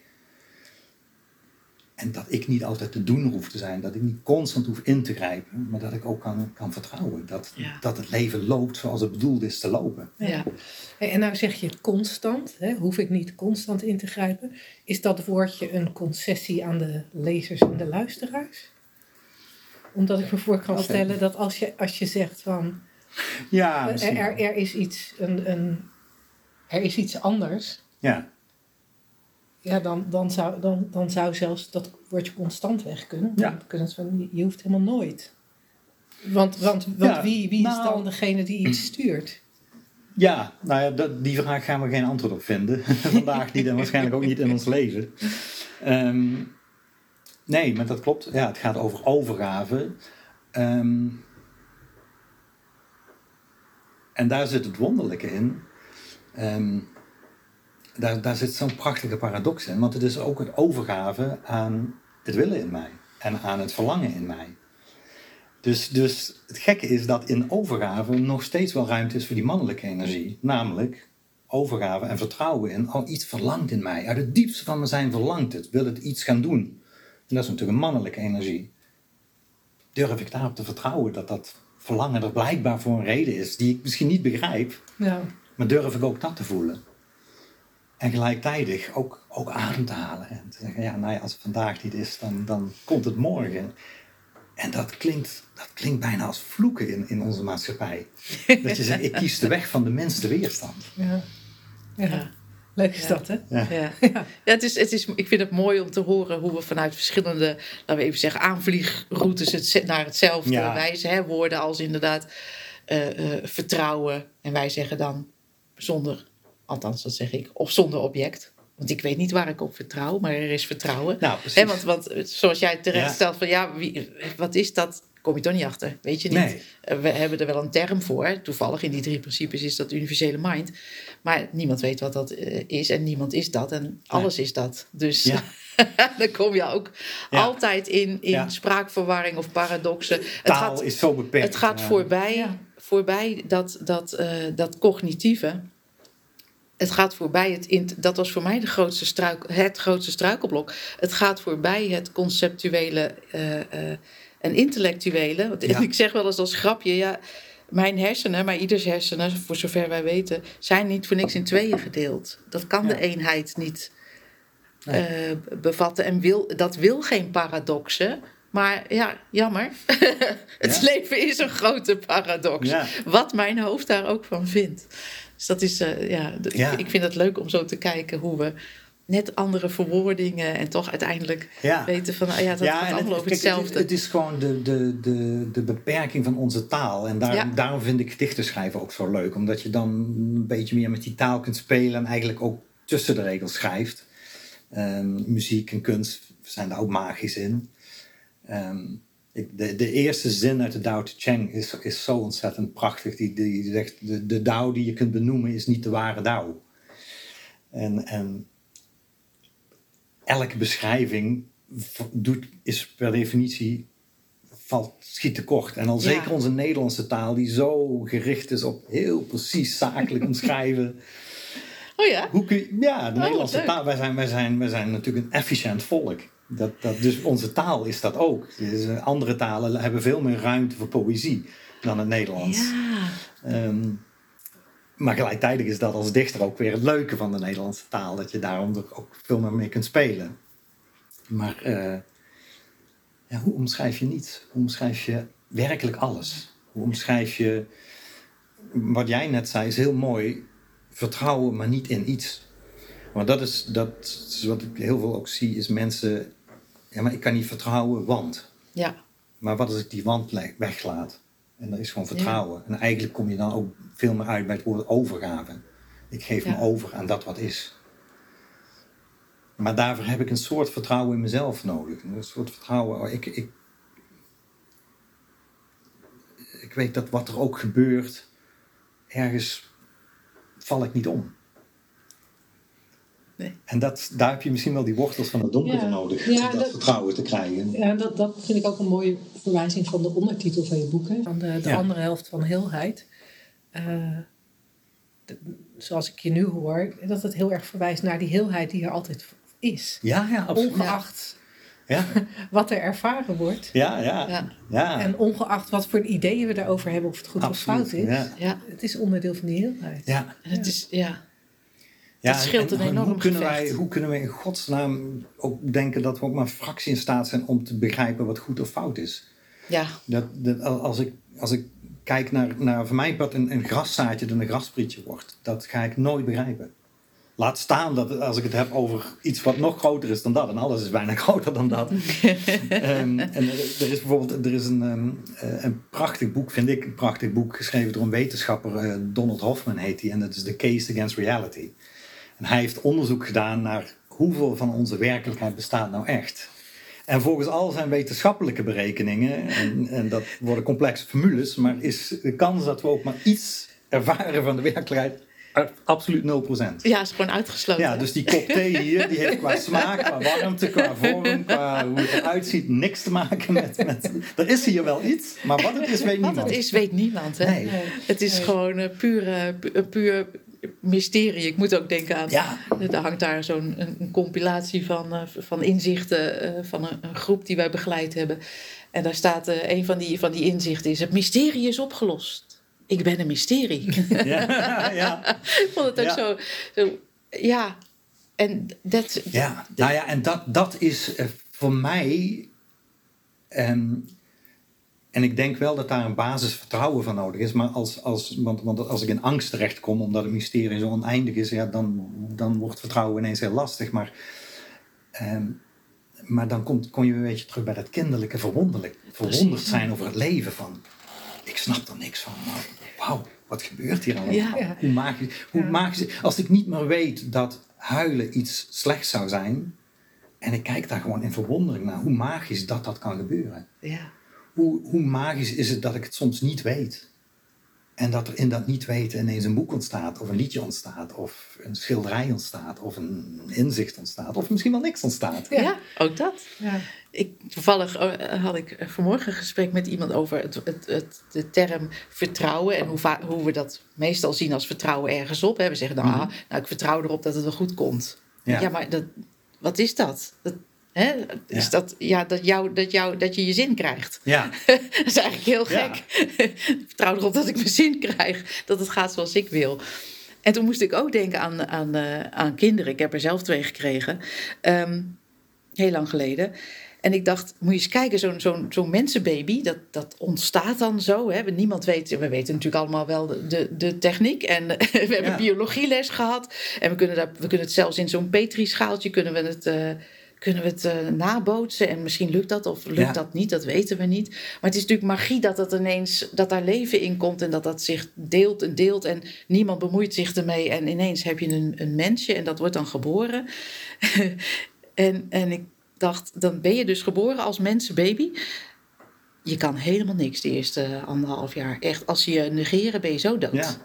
En dat ik niet altijd te doen hoef te zijn. Dat ik niet constant hoef in te grijpen. Maar dat ik ook kan vertrouwen. Dat het leven loopt zoals het bedoeld is te lopen. Ja. En nou zeg je constant. Hoef ik niet constant in te grijpen. Is dat woordje een concessie aan de lezers en de luisteraars? Omdat ik me voor kan stellen dat als je zegt van... Ja, er is iets... er is iets anders. Ja. Ja, dan zou zelfs dat woordje constant weg kunnen. Ja. Je hoeft helemaal nooit. Want wie is dan degene die iets stuurt? Ja, die vraag gaan we geen antwoord op vinden. Vandaag niet en waarschijnlijk ook niet in ons leven. Nee, maar dat klopt. Ja, het gaat over overgave. En daar zit het wonderlijke in. Daar zit zo'n prachtige paradox in. Want het is ook het overgave aan het willen in mij. En aan het verlangen in mij. Dus het gekke is dat in overgave nog steeds wel ruimte is voor die mannelijke energie. Namelijk overgave en vertrouwen in, iets verlangt in mij. Uit het diepste van mijn zijn verlangt het, wil het iets gaan doen. En dat is natuurlijk een mannelijke energie. Durf ik daarop te vertrouwen dat verlangen er blijkbaar voor een reden is, die ik misschien niet begrijp, maar durf ik ook dat te voelen. En gelijktijdig ook adem te halen. En te zeggen, als het vandaag niet is, dan komt het morgen. En dat klinkt bijna als vloeken in onze maatschappij. Dat je zegt, ik kies de weg van de minste weerstand. Ja. Leuk is dat, hè? Ja, het is, ik vind het mooi om te horen hoe we vanuit verschillende, laten we even zeggen, aanvliegroutes naar hetzelfde wijzen. Hè? Woorden als inderdaad vertrouwen. En wij zeggen dan zonder, althans dat zeg ik, of zonder object. Want ik weet niet waar ik op vertrouw, maar er is vertrouwen. Nou, precies. Want zoals jij terecht stelt van wat is dat? Kom je toch niet achter, weet je niet. Nee. We hebben er wel een term voor. Toevallig in die 3 principes is dat universele mind. Maar niemand weet wat dat is en niemand is dat. En alles is dat. Dus dan kom je ook altijd in spraakverwarring of paradoxen. Taal is zo beperkt. Het gaat voorbij dat cognitieve. Het gaat voorbij, dat was voor mij het grootste struikelblok. Het gaat voorbij het conceptuele en intellectuele. Want ik zeg wel eens als grapje, mijn hersenen, maar ieders hersenen, voor zover wij weten, zijn niet voor niks in 2 gedeeld. Dat kan de eenheid niet bevatten. En dat wil geen paradoxen. Maar jammer. Het leven is een grote paradox. Ja. Wat mijn hoofd daar ook van vindt. Dus dat is, ik vind het leuk om zo te kijken hoe we net andere verwoordingen en toch uiteindelijk weten van, dat gaat allemaal over hetzelfde. Het is gewoon de beperking van onze taal. En daarom vind ik gedichten schrijven ook zo leuk. Omdat je dan een beetje meer met die taal kunt spelen en eigenlijk ook tussen de regels schrijft. Muziek en kunst zijn daar ook magisch in. De eerste zin uit de Tao Te Ching is zo ontzettend prachtig. Die zegt, de Tao die je kunt benoemen is niet de ware Tao. En elke beschrijving is per definitie schiet tekort. En al zeker onze Nederlandse taal die zo gericht is op heel precies zakelijk omschrijven. Oh ja? De Nederlandse taal. Wij zijn natuurlijk een efficiënt volk. Dus onze taal is dat ook. Dus andere talen hebben veel meer ruimte voor poëzie dan het Nederlands. Ja. Maar gelijktijdig is dat als dichter ook weer het leuke van de Nederlandse taal. Dat je daarom er ook veel meer mee kunt spelen. Maar hoe omschrijf je niets? Hoe omschrijf je werkelijk alles? Hoe omschrijf je... Wat jij net zei is heel mooi. Vertrouwen, maar niet in iets. Maar dat is wat ik heel veel ook zie, is mensen... Ja, maar ik kan niet vertrouwen, want... Ja. Maar wat als ik die want weglaat? En dat is gewoon vertrouwen. Ja. En eigenlijk kom je dan ook veel meer uit bij het woord overgave. Ik geef me over aan dat wat is. Maar daarvoor heb ik een soort vertrouwen in mezelf nodig. Een soort vertrouwen... Ik weet dat wat er ook gebeurt... Ergens val ik niet om. Nee. En daar heb je misschien wel die wortels van het donker voor nodig. Om dat vertrouwen te krijgen. Ja, dat vind ik ook een mooie verwijzing van de ondertitel van je boek. Hè? Van de andere helft van heelheid. Zoals ik je nu hoor. Dat het heel erg verwijst naar die heelheid die er altijd is. Ja, absoluut. Ongeacht wat er ervaren wordt. Ja. En ongeacht wat voor ideeën we daarover hebben. Of het goed of fout is. Ja. Het is onderdeel van die heelheid. Ja. En het is... dat scheelt een enorm gevecht. Hoe kunnen we in godsnaam ook denken dat we ook maar een fractie in staat zijn om te begrijpen wat goed of fout is? Ja. Als ik kijk naar voor mij wat een graszaadje dat een grassprietje wordt, dat ga ik nooit begrijpen. Laat staan dat als ik het heb over iets wat nog groter is dan dat, en alles is bijna groter dan dat. En er is een prachtig boek, vind ik een prachtig boek, geschreven door een wetenschapper, Donald Hoffman heet hij, en dat is The Case Against Reality. En hij heeft onderzoek gedaan naar hoeveel van onze werkelijkheid bestaat nou echt. En volgens al zijn wetenschappelijke berekeningen, en dat worden complexe formules, maar is de kans dat we ook maar iets ervaren van de werkelijkheid absoluut 0%. Ja, is gewoon uitgesloten. Ja, dus die kop thee hier, die heeft qua smaak, qua warmte, qua vorm, qua hoe het eruit ziet, niks te maken met... Er is hier wel iets, maar wat het is, weet niemand. Wat het is, weet niemand. Hè? Nee. Het is gewoon puur mysterie. Ik moet ook denken aan... Ja. Er hangt daar zo'n een compilatie van inzichten van een groep die wij begeleid hebben. En daar staat een van die inzichten is... Het mysterie is opgelost. Ik ben een mysterie. Ja. Ik vond het ook zo... Ja. En dat... Ja. Nou ja, en dat is voor mij... En ik denk wel dat daar een basisvertrouwen van nodig is. Maar want als ik in angst terechtkom omdat het mysterie zo oneindig is... Ja, dan wordt vertrouwen ineens heel lastig. Maar dan kom je een beetje terug bij dat kinderlijke verwonderd zijn over het leven. Van, ik snap er niks van. Maar wauw, wat gebeurt hier allemaal? Ja. Hoe magisch. Als ik niet meer weet dat huilen iets slechts zou zijn... en ik kijk daar gewoon in verwondering naar... hoe magisch dat kan gebeuren. Ja. Hoe magisch is het dat ik het soms niet weet. En dat er in dat niet weten ineens een boek ontstaat. Of een liedje ontstaat. Of een schilderij ontstaat. Of een inzicht ontstaat. Of misschien wel niks ontstaat. Ja, ook dat. Ja. Toevallig had ik vanmorgen een gesprek met iemand over de term vertrouwen. En hoe we dat meestal zien als vertrouwen ergens op. Hè. We zeggen, nou, ik vertrouw erop dat het wel goed komt. Ja, maar wat is dat? Is dat je je zin krijgt? Ja. Dat is eigenlijk heel gek. Ja. Ik vertrouw erop dat ik mijn zin krijg. Dat het gaat zoals ik wil. En toen moest ik ook denken aan kinderen. Ik heb er zelf 2 gekregen. Heel lang geleden. En ik dacht, moet je eens kijken, zo'n mensenbaby, dat ontstaat dan zo. Hè? Niemand weet, we weten natuurlijk allemaal wel de techniek. En we hebben biologieles gehad. En we kunnen het zelfs in zo'n petrischaaltje kunnen we het nabootsen. En misschien lukt dat of lukt dat niet, dat weten we niet. Maar het is natuurlijk magie dat daar leven in komt. En dat zich deelt. En niemand bemoeit zich ermee. En ineens heb je een mensje en dat wordt dan geboren. en ik dacht, dan ben je dus geboren als mensenbaby. Je kan helemaal niks de eerste 1,5 jaar. Echt, als ze je negeren, ben je zo dood. Ja.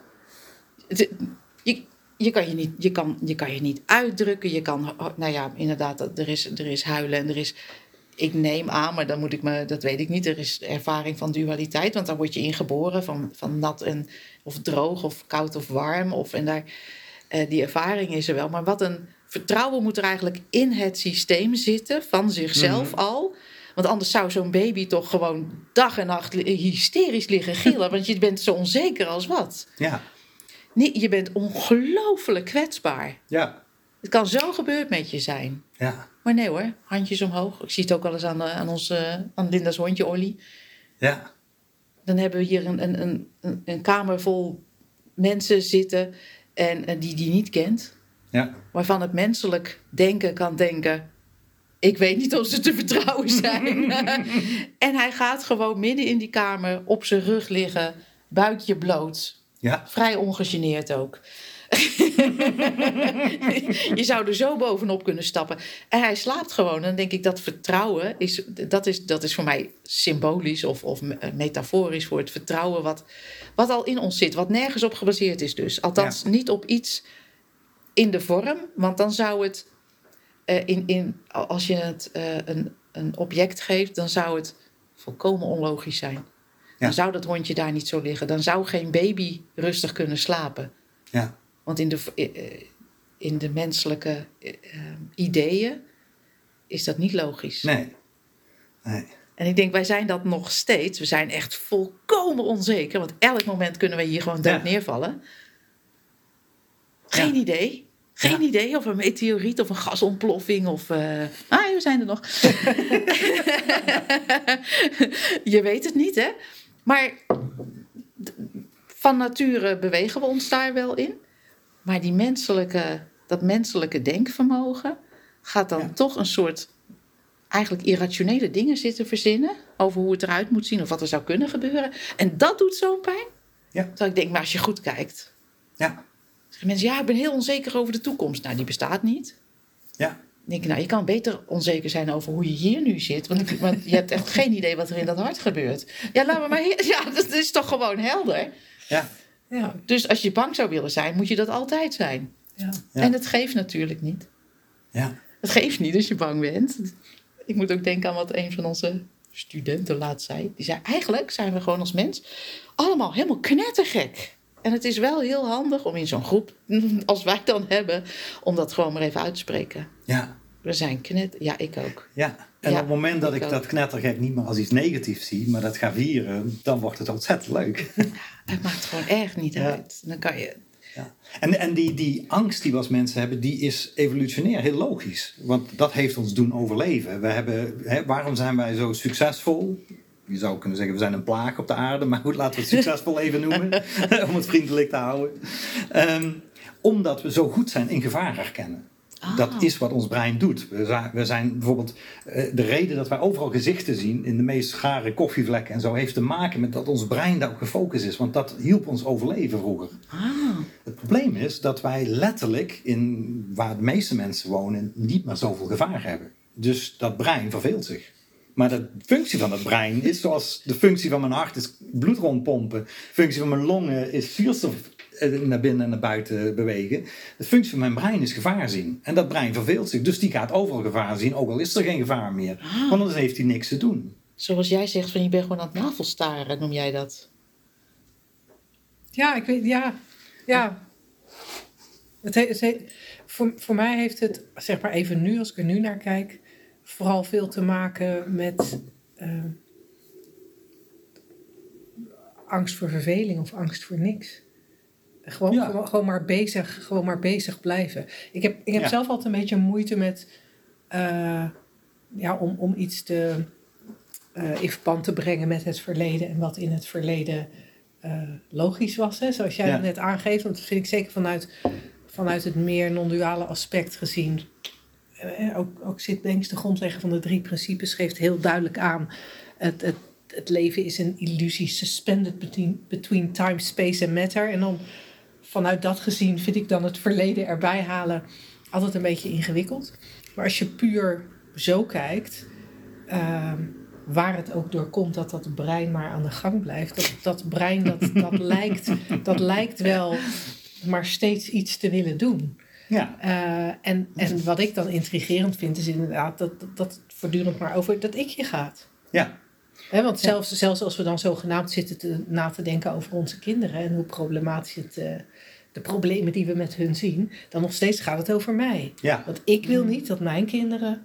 Je kan je niet uitdrukken. Je kan, nou ja, inderdaad, er is huilen en er is... Ik neem aan, maar dan dat weet ik niet. Er is ervaring van dualiteit, want daar word je in geboren. Van nat of droog of koud of warm. Die ervaring is er wel. Maar wat een vertrouwen moet er eigenlijk in het systeem zitten, van zichzelf al. Want anders zou zo'n baby toch gewoon dag en nacht hysterisch liggen gillen. Want je bent zo onzeker als wat. Ja. Nee, je bent ongelooflijk kwetsbaar. Ja. Het kan zo gebeurd met je zijn. Ja. Maar nee hoor, handjes omhoog. Ik zie het ook wel eens aan Linda's hondje Olly. Ja. Dan hebben we hier een kamer vol mensen zitten en die niet kent. Ja. Waarvan het menselijk denken kan denken... Ik weet niet of ze te vertrouwen zijn. En hij gaat gewoon midden in die kamer op zijn rug liggen. Buikje bloot. Ja. Vrij ongegeneerd ook. Je zou er zo bovenop kunnen stappen. En hij slaapt gewoon. En dan denk ik dat vertrouwen dat is voor mij symbolisch of metaforisch voor het vertrouwen wat al in ons zit. Wat nergens op gebaseerd is dus. Althans niet op iets in de vorm. Want dan zou het als je het een object geeft, dan zou het volkomen onlogisch zijn. Ja. Dan zou dat hondje daar niet zo liggen. Dan zou geen baby rustig kunnen slapen. Ja. Want in de menselijke ideeën is dat niet logisch. Nee. En ik denk, wij zijn dat nog steeds. We zijn echt volkomen onzeker. Want elk moment kunnen we hier gewoon dood neervallen. Geen idee. Geen idee of een meteoriet of een gasontploffing of... we zijn er nog. Je weet het niet, hè? Maar van nature bewegen we ons daar wel in. Maar dat menselijke denkvermogen gaat dan toch een soort... eigenlijk irrationele dingen zitten verzinnen... over hoe het eruit moet zien of wat er zou kunnen gebeuren. En dat doet zo'n pijn. Ja. Terwijl ik denk, maar als je goed kijkt... Ja. Mensen, ik ben heel onzeker over de toekomst. Nou, die bestaat niet. Ja. Dan denk ik, je kan beter onzeker zijn over hoe je hier nu zit. Want je hebt echt geen idee wat er in dat hart gebeurt. Ja, laten we maar... Ja, dat is toch gewoon helder? Ja. Dus als je bang zou willen zijn, moet je dat altijd zijn. Ja. En het geeft natuurlijk niet. Ja. Het geeft niet als je bang bent. Ik moet ook denken aan wat een van onze studenten laatst zei. Die zei, eigenlijk zijn we gewoon als mens allemaal helemaal knettergek. En het is wel heel handig om in zo'n groep, als wij dan hebben, om dat gewoon maar even uit te spreken. Ja. We zijn ja, ik ook. Ja, en Ja, op het moment dat ik ook. dat knettergek niet meer als iets negatiefs zie, maar dat ga vieren, dan wordt het ontzettend leuk. Het maakt gewoon echt niet uit. Dan kan je... Ja. En die angst die we als mensen hebben, die is evolutionair heel logisch. Want dat heeft ons doen overleven. Waarom zijn wij zo succesvol? Je zou kunnen zeggen, we zijn een plaag op de aarde. Maar goed, laten we het succesvol even noemen. Om het vriendelijk te houden. Omdat we zo goed zijn in gevaar herkennen. Dat is wat ons brein doet. We zijn bijvoorbeeld... de reden dat wij overal gezichten zien in de meest gare koffievlekken en zo heeft te maken met dat ons brein daarop gefocust is. Want dat hielp ons overleven vroeger. Het probleem is dat wij letterlijk waar de meeste mensen wonen niet meer zoveel gevaar hebben. Dus dat brein verveelt zich. Maar de functie van het brein is zoals de functie van mijn hart is bloed rondpompen. De functie van mijn longen is zuurstof naar binnen en naar buiten bewegen. De functie van mijn brein is gevaar zien. En dat brein verveelt zich. Dus die gaat overal gevaar zien, ook al is er geen gevaar meer. Want anders heeft hij niks te doen. Zoals jij zegt, van je bent gewoon aan het navelstaren, noem jij dat? Ja, ik weet, ja. Voor mij heeft het, zeg maar even nu, als ik er nu naar kijk, vooral veel te maken met angst voor verveling of angst voor niks. Gewoon maar bezig blijven. Ik heb zelf altijd een beetje moeite met om iets in verband te brengen met het verleden en wat in het verleden logisch was. Hè? Zoals jij dat net aangeeft, want dat vind ik zeker vanuit het meer non-duale aspect gezien. Ook zit denk ik de grondlegger van de 3 principes geeft heel duidelijk aan. Het leven is een illusie, suspended between time, space en matter. En dan vanuit dat gezien vind ik dan het verleden erbij halen altijd een beetje ingewikkeld. Maar als je puur zo kijkt, waar het ook door komt dat brein maar aan de gang blijft. Dat brein dat lijkt wel maar steeds iets te willen doen. Ja. En wat ik dan intrigerend vind is inderdaad dat het voortdurend maar over dat ikje gaat. Ja. Want zelfs als we dan zogenaamd zitten na te denken over onze kinderen en hoe problematisch de problemen die we met hun zien, dan nog steeds gaat het over mij. Ja. Want ik wil niet dat mijn kinderen...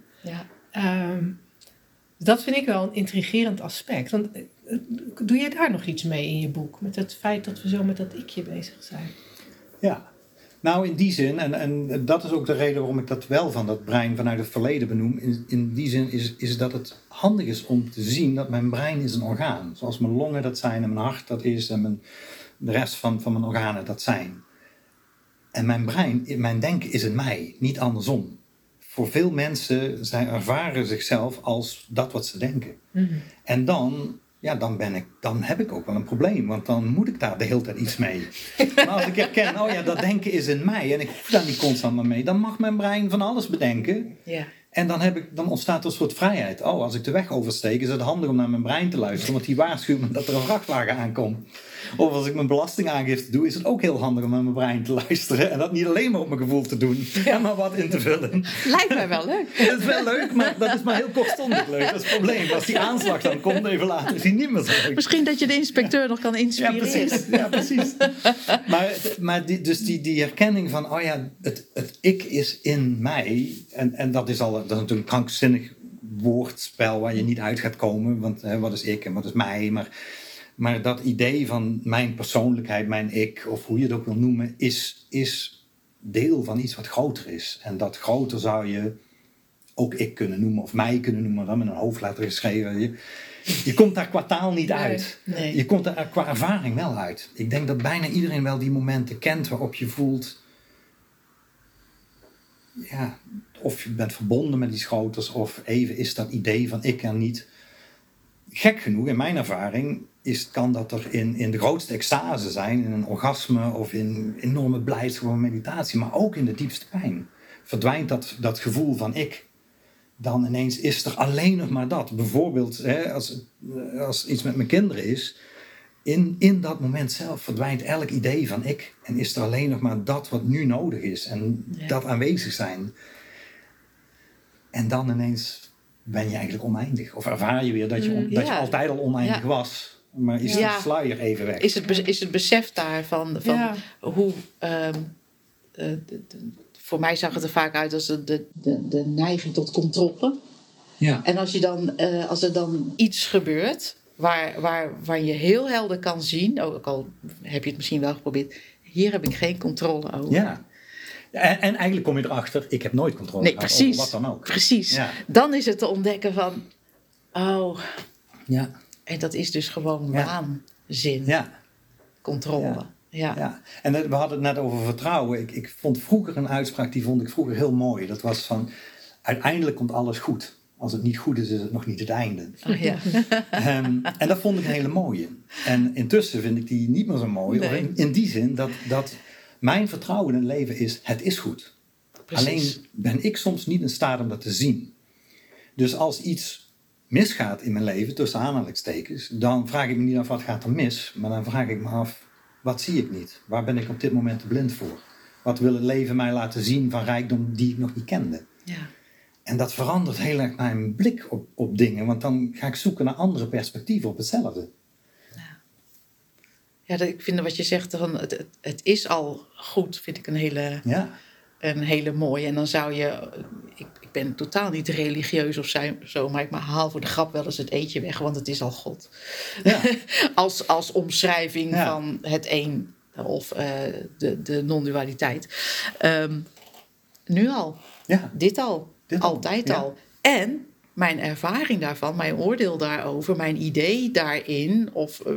dat vind ik wel een intrigerend aspect. Want doe jij daar nog iets mee in je boek? Met het feit dat we zo met dat ikje bezig zijn? Ja. Nou, in die zin, en dat is ook de reden waarom ik dat wel van dat brein vanuit het verleden benoem. In die zin is dat het handig is om te zien dat mijn brein is een orgaan. Zoals mijn longen dat zijn en mijn hart dat is en de rest van mijn organen dat zijn. En mijn brein, mijn denken is in mij, niet andersom. Voor veel mensen, zij ervaren zichzelf als dat wat ze denken. Mm-hmm. En dan heb ik ook wel een probleem. Want dan moet ik daar de hele tijd iets mee. Maar als ik herken, dat denken is in mij. En ik hoef daar niet constant maar mee. Dan mag mijn brein van alles bedenken. Ja. En dan ontstaat er een soort vrijheid. Als ik de weg oversteek, is het handig om naar mijn brein te luisteren. Want die waarschuwt me dat er een vrachtwagen aankomt. Of als ik mijn belastingaangifte doe, is het ook heel handig om naar mijn brein te luisteren. En dat niet alleen maar op mijn gevoel te doen, maar wat in te vullen. Lijkt mij wel leuk. Dat is wel leuk, maar dat is maar heel kortstondig leuk. Dat is het probleem. Als die aanslag dan komt, even later is die niet meer zo leuk. Misschien dat je de inspecteur nog kan inspireren. Ja, precies. Maar die herkenning van, het ik is in mij. En dat is natuurlijk een krankzinnig woordspel waar je niet uit gaat komen. Want wat is ik en wat is mij? Maar dat idee van mijn persoonlijkheid, mijn ik, of hoe je het ook wil noemen, is deel van iets wat groter is. En dat groter zou je ook ik kunnen noemen, of mij kunnen noemen, dan met een hoofdletter geschreven. Je komt daar qua taal niet uit. Nee. Je komt daar qua ervaring wel uit. Ik denk dat bijna iedereen wel die momenten kent waarop je voelt, of je bent verbonden met die schotels, of even is dat idee van ik en niet. Gek genoeg, in mijn ervaring, kan dat er in de grootste extase zijn, in een orgasme of in enorme blijdschap of meditatie, maar ook in de diepste pijn. Verdwijnt dat gevoel van ik, dan ineens is er alleen nog maar dat. Bijvoorbeeld, als iets met mijn kinderen is, in dat moment zelf verdwijnt elk idee van ik en is er alleen nog maar dat wat nu nodig is en dat aanwezig zijn. En dan ineens ben je eigenlijk oneindig. Of ervaar je weer dat je altijd al oneindig was. maar is Ja. de sluier even weg. Is het besef daarvan van Ja. hoe... voor mij zag het er vaak uit als de neiging tot controle. Ja. En als er dan iets gebeurt waar je heel helder kan zien, ook al heb je het misschien wel geprobeerd, hier heb ik geen controle over. Ja. En eigenlijk kom je erachter, ik heb nooit controle Nee, gehad precies. over wat dan ook. Precies. Ja. Dan is het te ontdekken van, Ja. en dat is dus gewoon Ja. waanzin, Ja. controle. Ja. Ja. En we hadden het net over vertrouwen. Ik vond vroeger een uitspraak, die vond ik vroeger heel mooi. Dat was van, uiteindelijk komt alles goed. Als het niet goed is, is het nog niet het einde. Oh, ja. En dat vond ik een hele mooie. En intussen vind ik die niet meer zo mooi. Nee. Of in die zin dat mijn vertrouwen in het leven is, het is goed. Precies. Alleen ben ik soms niet in staat om dat te zien. Dus als iets misgaat in mijn leven, tussen aanhalingstekens, dan vraag ik me niet af wat gaat er mis. Maar dan vraag ik me af, wat zie ik niet? Waar ben ik op dit moment te blind voor? Wat wil het leven mij laten zien van rijkdom die ik nog niet kende? Ja. En dat verandert heel erg mijn blik op dingen. Want dan ga ik zoeken naar andere perspectieven op hetzelfde. Ja, ik vind wat je zegt, van het is al goed, vind ik een hele mooie. En dan zou je... Ik ben totaal niet religieus of zo, maar ik haal voor de grap wel eens het eetje weg, want het is al God. Ja. als omschrijving Ja. van het een of de non-dualiteit. Nu al. Ja. Dit al. Dit al, Altijd ja. al. En mijn ervaring daarvan, mijn oordeel daarover, mijn idee daarin,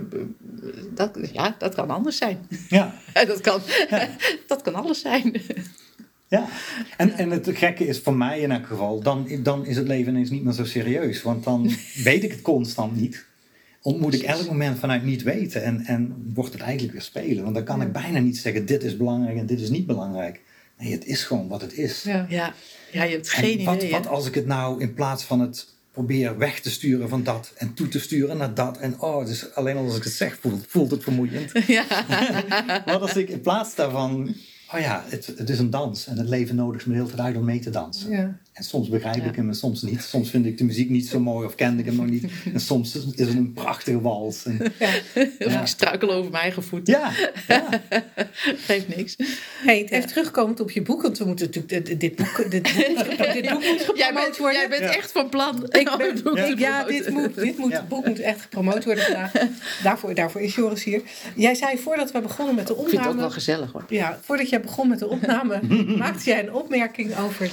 dat kan anders zijn. Ja. Dat kan alles zijn. Ja, en het gekke is voor mij in elk geval, dan is het leven ineens niet meer zo serieus. Want dan weet ik het constant niet. Ontmoet ik elk moment vanuit niet weten en wordt het eigenlijk weer spelen. Want dan kan ik bijna niet zeggen, dit is belangrijk en dit is niet belangrijk. Nee, het is gewoon wat het is. Ja. Ja, je hebt geen idee. Wat als ik het nou in plaats van het probeer weg te sturen van dat en toe te sturen naar dat. En dus alleen als ik het zeg voelt het vermoeiend. Ja. Wat als ik in plaats daarvan... Oh ja, het is een dans en het leven nodigt me de hele tijd uit om mee te dansen. Ja. En soms begrijp ik hem en soms niet. Soms vind ik de muziek niet zo mooi of kende ik hem nog niet. En soms is het een prachtige wals. En, Of ik struikel over mijn eigen voeten. ja. Geeft niks. Hey, even terugkomend op je boek, want we moeten natuurlijk dit boek moet gepromoot worden. Jij bent echt van plan. Dit boek moet echt gepromoot worden vandaag. Daarvoor is Joris hier. Jij zei voordat we begonnen met de Ik vind het ook opname... wel gezellig hoor. Ja, voordat jij begon met de opname, maakte jij een opmerking over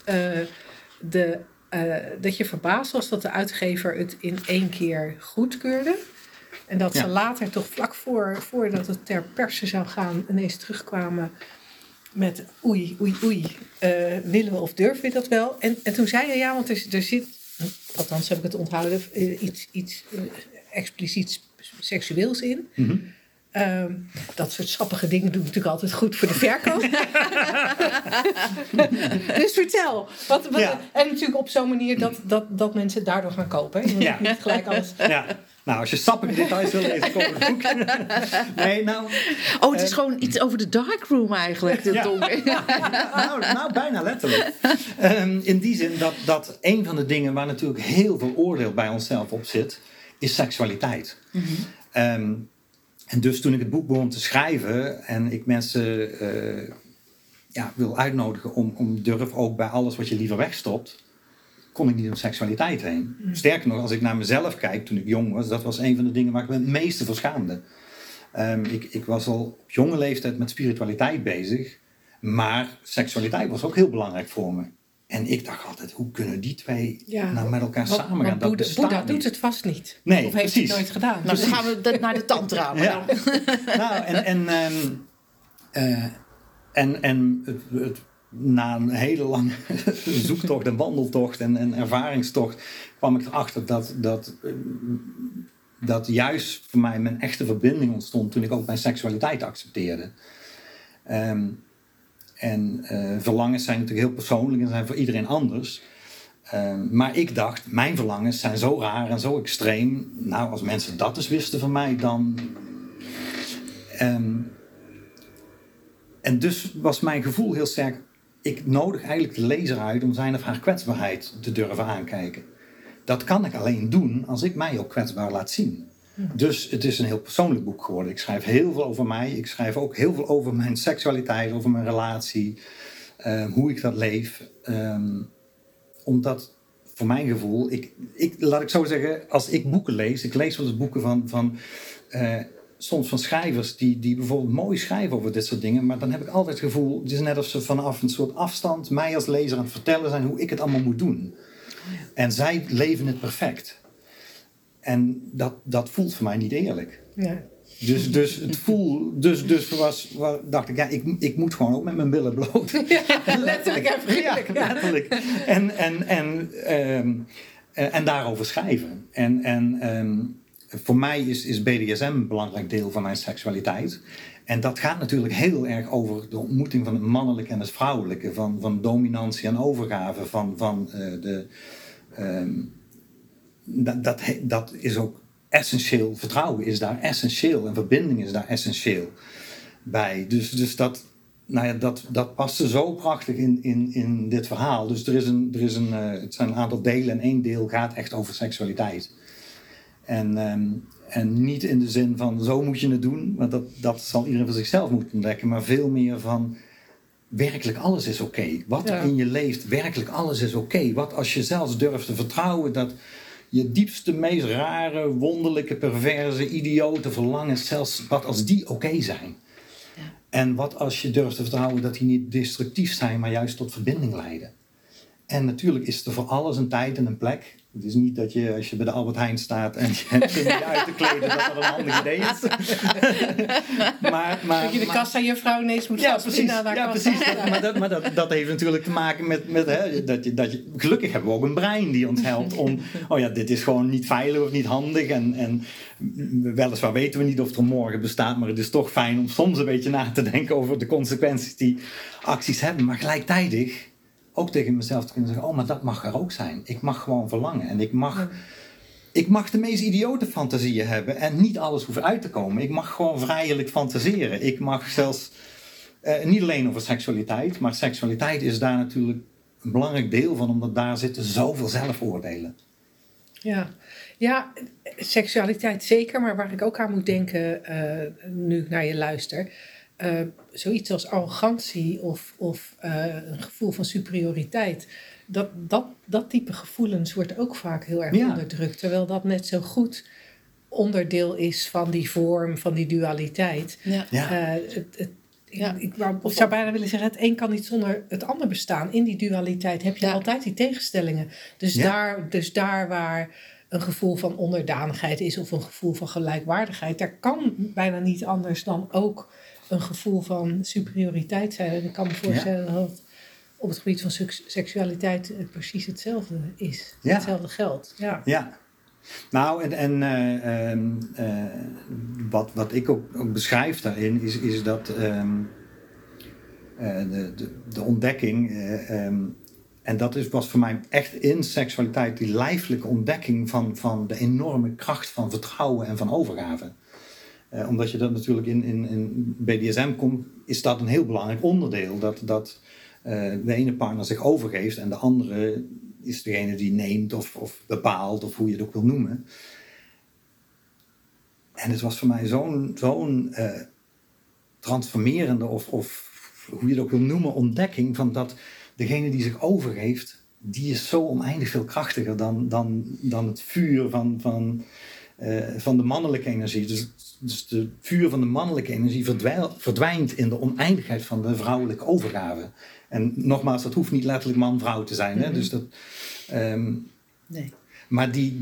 dat je verbaasd was dat de uitgever het in 1 keer goedkeurde. En dat ze later toch vlak voordat het ter perse zou gaan ineens terugkwamen met oei, willen we of durven we dat wel? En toen zei je ja, want er zit, althans heb ik het onthouden, iets expliciet seksueels in. Mm-hmm. Dat soort sappige dingen doen natuurlijk altijd goed voor de verkoop. Dus vertel. Ja. En natuurlijk op zo'n manier dat mensen het daardoor gaan kopen. Hè? Je moet niet gelijk alles... Ja. Nou, als je sappige details wil lezen, koop het boek. Nee, nou... Oh, het is gewoon iets over de darkroom eigenlijk. De donker. Nou, bijna letterlijk. In die zin dat een van de dingen waar natuurlijk heel veel oordeel bij onszelf op zit, is seksualiteit. Mm-hmm. En dus toen ik het boek begon te schrijven en ik mensen wil uitnodigen om durf ook bij alles wat je liever wegstopt, kon ik niet om seksualiteit heen. Sterker nog, als ik naar mezelf kijk toen ik jong was, dat was een van de dingen waar ik me het meeste voor schaamde. Ik was al op jonge leeftijd met spiritualiteit bezig, maar seksualiteit was ook heel belangrijk voor me. En ik dacht altijd, hoe kunnen die twee nou met elkaar samen gaan? Dat Boeddha doet het vast niet. Nee, of heeft precies. het nooit gedaan. Nou, dan gaan we naar de tantra. Ja. Na een hele lange zoektocht en wandeltocht en ervaringstocht kwam ik erachter dat juist voor mij mijn echte verbinding ontstond toen ik ook mijn seksualiteit accepteerde. Verlangens zijn natuurlijk heel persoonlijk en zijn voor iedereen anders. Maar ik dacht, mijn verlangens zijn zo raar en zo extreem. Nou, als mensen dat eens wisten van mij, dan... En dus was mijn gevoel heel sterk... Ik nodig eigenlijk de lezer uit om zijn of haar kwetsbaarheid te durven aankijken. Dat kan ik alleen doen als ik mij ook kwetsbaar laat zien. Dus het is een heel persoonlijk boek geworden. Ik schrijf heel veel over mij. Ik schrijf ook heel veel over mijn seksualiteit, over mijn relatie. Hoe ik dat leef. Omdat, voor mijn gevoel, laat ik zo zeggen, als ik boeken lees, ik lees wel eens boeken van soms van schrijvers die bijvoorbeeld mooi schrijven over dit soort dingen, maar dan heb ik altijd het gevoel, het is net alsof ze vanaf een soort afstand mij als lezer aan het vertellen zijn hoe ik het allemaal moet doen. En zij leven het perfect. En dat voelt voor mij niet eerlijk. Ja. Dus het voel, dacht ik, ja, ik moet gewoon ook met mijn billen bloot. Ja, letterlijk en figuurlijk. Ja, letterlijk. En daarover schrijven. Voor mij is BDSM een belangrijk deel van mijn seksualiteit. En dat gaat natuurlijk heel erg over de ontmoeting van het mannelijke en het vrouwelijke. Van dominantie en overgave. Dat is ook essentieel. Vertrouwen is daar essentieel. En verbinding is daar essentieel bij. Dus dat paste zo prachtig in dit verhaal. Dus het zijn een aantal delen. En één deel gaat echt over seksualiteit. En niet in de zin van zo moet je het doen. Want dat zal iedereen voor zichzelf moeten ontdekken. Maar veel meer van werkelijk alles is oké. Wat er in je leeft, werkelijk alles is oké. Wat als je zelfs durft te vertrouwen dat je diepste, meest rare, wonderlijke, perverse, idiote verlangens, zelfs wat als die oké zijn. Ja. En wat als je durft te vertrouwen dat die niet destructief zijn, maar juist tot verbinding leiden. En natuurlijk is er voor alles een tijd en een plek. Het is niet dat je, als je bij de Albert Heijn staat en je kunt je uit te kleden, dat een handig idee is. Dat je de kassa-juffrouw ineens moet gaan precies. Ja, precies. Maar dat heeft natuurlijk te maken met dat je... Gelukkig hebben we ook een brein die ons helpt om... dit is gewoon niet veilig of niet handig. En weliswaar weten we niet of er morgen bestaat, maar het is toch fijn om soms een beetje na te denken over de consequenties die acties hebben. Maar gelijktijdig ook tegen mezelf te kunnen zeggen, maar dat mag er ook zijn. Ik mag gewoon verlangen. En ik mag de meest idiote fantasieën hebben en niet alles hoeft uit te komen. Ik mag gewoon vrijelijk fantaseren. Ik mag zelfs, niet alleen over seksualiteit, maar seksualiteit is daar natuurlijk een belangrijk deel van, omdat daar zitten zoveel zelfoordelen. Ja, seksualiteit zeker, maar waar ik ook aan moet denken nu ik naar je luister, zoiets als arrogantie of een gevoel van superioriteit, dat type gevoelens wordt ook vaak heel erg onderdrukt. Terwijl dat net zo goed onderdeel is van die vorm, van die dualiteit. Ik zou bijna willen zeggen, het een kan niet zonder het ander bestaan. In die dualiteit heb je altijd die tegenstellingen. Dus daar waar een gevoel van onderdanigheid is of een gevoel van gelijkwaardigheid, daar kan bijna niet anders dan ook een gevoel van superioriteit zijn. En ik kan me voorstellen dat het op het gebied van seksualiteit precies hetzelfde is. Ja. Hetzelfde geldt. Ja. Nou, wat ik ook beschrijf daarin is dat de ontdekking, en dat was voor mij echt in seksualiteit die lijfelijke ontdekking van de enorme kracht van vertrouwen en van overgave. Omdat je dat natuurlijk in BDSM komt, is dat een heel belangrijk onderdeel. Dat de ene partner zich overgeeft en de andere is degene die neemt of bepaalt of hoe je het ook wil noemen. En het was voor mij zo'n transformerende of hoe je het ook wil noemen ontdekking van dat degene die zich overgeeft, die is zo oneindig veel krachtiger dan het vuur van de mannelijke energie. Dus de vuur van de mannelijke energie verdwijnt in de oneindigheid van de vrouwelijke overgave. En nogmaals, dat hoeft niet letterlijk man-vrouw te zijn. Hè? Dus dat, nee. Maar die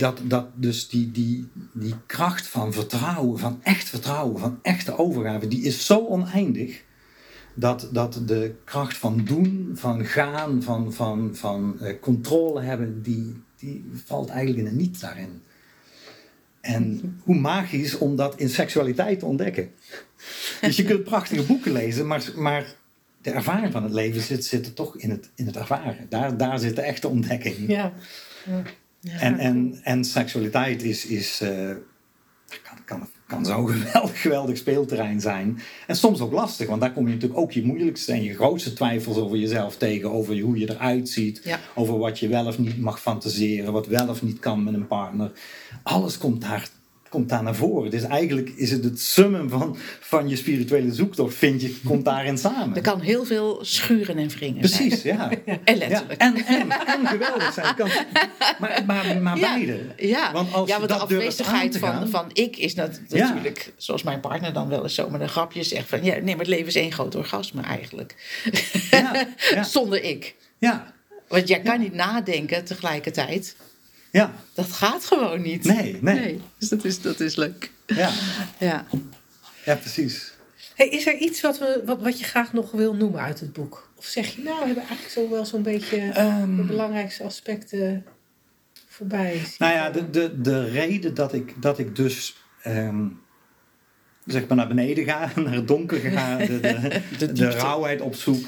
kracht van vertrouwen, van echte overgave, die is zo oneindig dat de kracht van doen, van gaan, van controle hebben, die valt eigenlijk in het niet daarin. En hoe magisch om dat in seksualiteit te ontdekken. Dus je kunt prachtige boeken lezen, maar de ervaring van het leven zit er toch in het ervaren. Daar zit de echte ontdekking. Ja. En seksualiteit kan zo'n geweldig speelterrein zijn. En soms ook lastig, want daar kom je natuurlijk ook je moeilijkste en je grootste twijfels over jezelf tegen. Over hoe je eruit ziet. Ja. Over wat je wel of niet mag fantaseren. Wat wel of niet kan met een partner. Alles komt daar komt daar naar voren. Dus eigenlijk is het summum van je spirituele zoektocht, komt daarin samen. Er kan heel veel schuren en wringen zijn. Precies, ja. En letterlijk. Ja, en geweldig zijn. Maar beide. Ja, Want als je want dat de afwezigheid durft aan te van ik is natuurlijk, zoals mijn partner dan wel eens zo met een grapje zegt van, ja, nee, maar het leven is één groot orgasme eigenlijk. Ja. Zonder ik. Ja. Want jij kan niet nadenken tegelijkertijd. Ja. Dat gaat gewoon niet. Nee. Dus dat is leuk. Ja. Ja, Precies. Hey, is er iets wat je graag nog wil noemen uit het boek? Of zeg je, nou, we hebben eigenlijk zo wel zo'n beetje de belangrijkste aspecten voorbij. Nou ja, de reden dat ik dus zeg maar naar beneden ga, naar het donker ga, de rauwheid opzoek,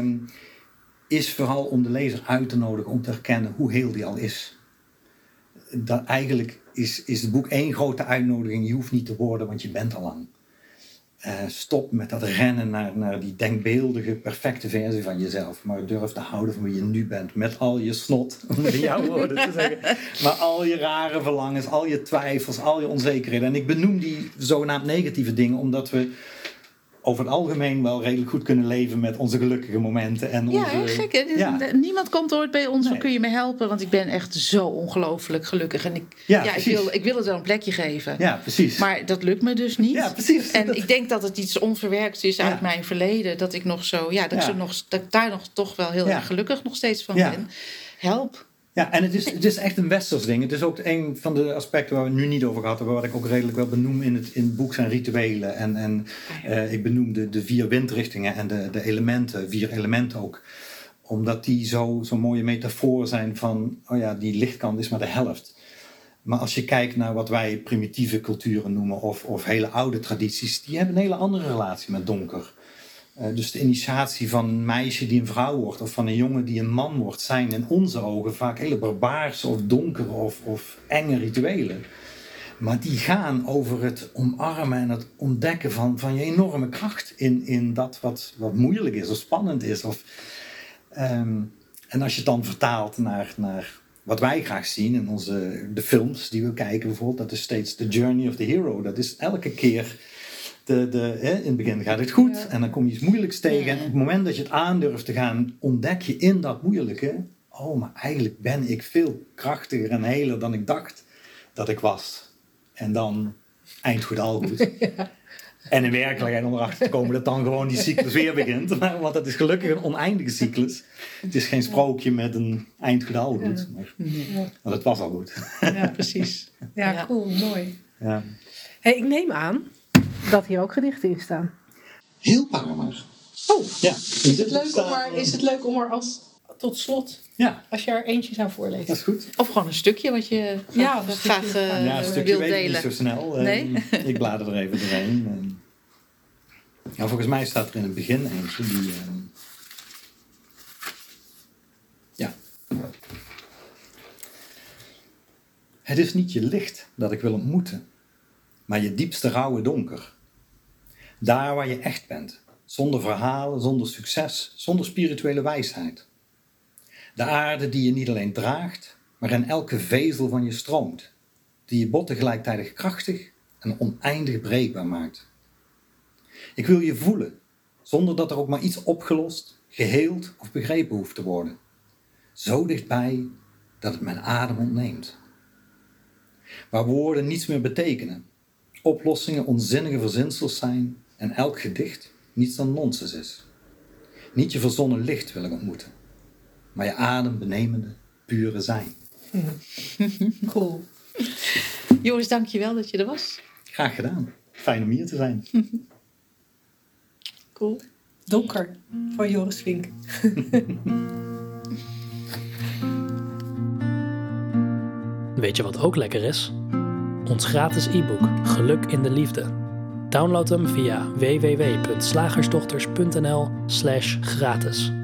is vooral om de lezer uit te nodigen om te herkennen hoe heel die al is. Dat eigenlijk is het boek één grote uitnodiging. Je hoeft niet te worden, want je bent al lang. Stop met dat rennen naar die denkbeeldige, perfecte versie van jezelf. Maar durf te houden van wie je nu bent. Met al je snot, om het in jouw woorden te zeggen. Maar al je rare verlangens, al je twijfels, al je onzekerheden. En ik benoem die zogenaamd negatieve dingen, omdat we over het algemeen wel redelijk goed kunnen leven met onze gelukkige momenten. En onze, heel gek. Hè? Ja. Niemand komt ooit bij ons, Nee. van kun je me helpen? Want ik ben echt zo ongelooflijk gelukkig. En ik wil het wel een plekje geven. Ja, precies. Maar dat lukt me dus niet. Ja, precies. En ik denk dat het iets onverwerkt is uit mijn verleden. Dat ik nog zo, dat ik daar nog toch wel heel erg gelukkig nog steeds van ben. Help. Ja, en het is echt een westers ding. Het is ook een van de aspecten waar we het nu niet over gehad hebben, wat ik ook redelijk wel benoem in het boek, zijn rituelen. En ik benoem de 4 windrichtingen en de elementen, 4 elementen ook. Omdat die zo'n mooie metafoor zijn van, die lichtkant is maar de helft. Maar als je kijkt naar wat wij primitieve culturen noemen of hele oude tradities, die hebben een hele andere relatie met donker. Dus de initiatie van een meisje die een vrouw wordt of van een jongen die een man wordt, zijn in onze ogen vaak hele barbaarse of donkere of enge rituelen. Maar die gaan over het omarmen en het ontdekken van je enorme kracht in dat wat moeilijk is of spannend is. En als je het dan vertaalt naar wat wij graag zien in de films die we kijken bijvoorbeeld, dat is steeds the journey of the hero. Dat is elke keer in het begin gaat het goed en dan kom je iets moeilijks tegen. En op het moment dat je het aandurft te gaan, ontdek je in dat moeilijke, maar eigenlijk ben ik veel krachtiger en heler dan ik dacht dat ik was. En dan eind goed al goed. En in werkelijkheid om erachter te komen dat dan gewoon die cyclus weer begint. Want het is gelukkig een oneindige cyclus. Het is geen sprookje met een eind goed al goed. Want het was al goed. Ja, precies. Ja, cool, mooi. Ja. Hey, ik neem aan dat hier ook gedichten in staan. Heel paar maar. Oh, Ja. is het leuk om er tot slot, als je er eentje zou voorlezen? Dat is goed. Of gewoon een stukje wat je graag een stukje wilt weet ik delen. niet zo snel. Nee? Ik blader er even doorheen. Volgens mij staat er in het begin eentje die... Het is niet je licht dat ik wil ontmoeten, maar je diepste rauwe donker. Daar waar je echt bent, zonder verhalen, zonder succes, zonder spirituele wijsheid. De aarde die je niet alleen draagt, maar in elke vezel van je stroomt, die je botten gelijktijdig krachtig en oneindig breekbaar maakt. Ik wil je voelen, zonder dat er ook maar iets opgelost, geheeld of begrepen hoeft te worden. Zo dichtbij dat het mijn adem ontneemt. Waar woorden niets meer betekenen, oplossingen onzinnige verzinsels zijn en elk gedicht niets dan nonsens is. Niet je verzonnen licht wil ik ontmoeten, maar je adembenemende, pure zijn. Cool. Joris, dank je wel dat je er was. Graag gedaan. Fijn om hier te zijn. Cool. Donker van Joris Fink. Weet je wat ook lekker is? Ons gratis e-book Geluk in de Liefde. Download hem via www.slagersdochters.nl/gratis.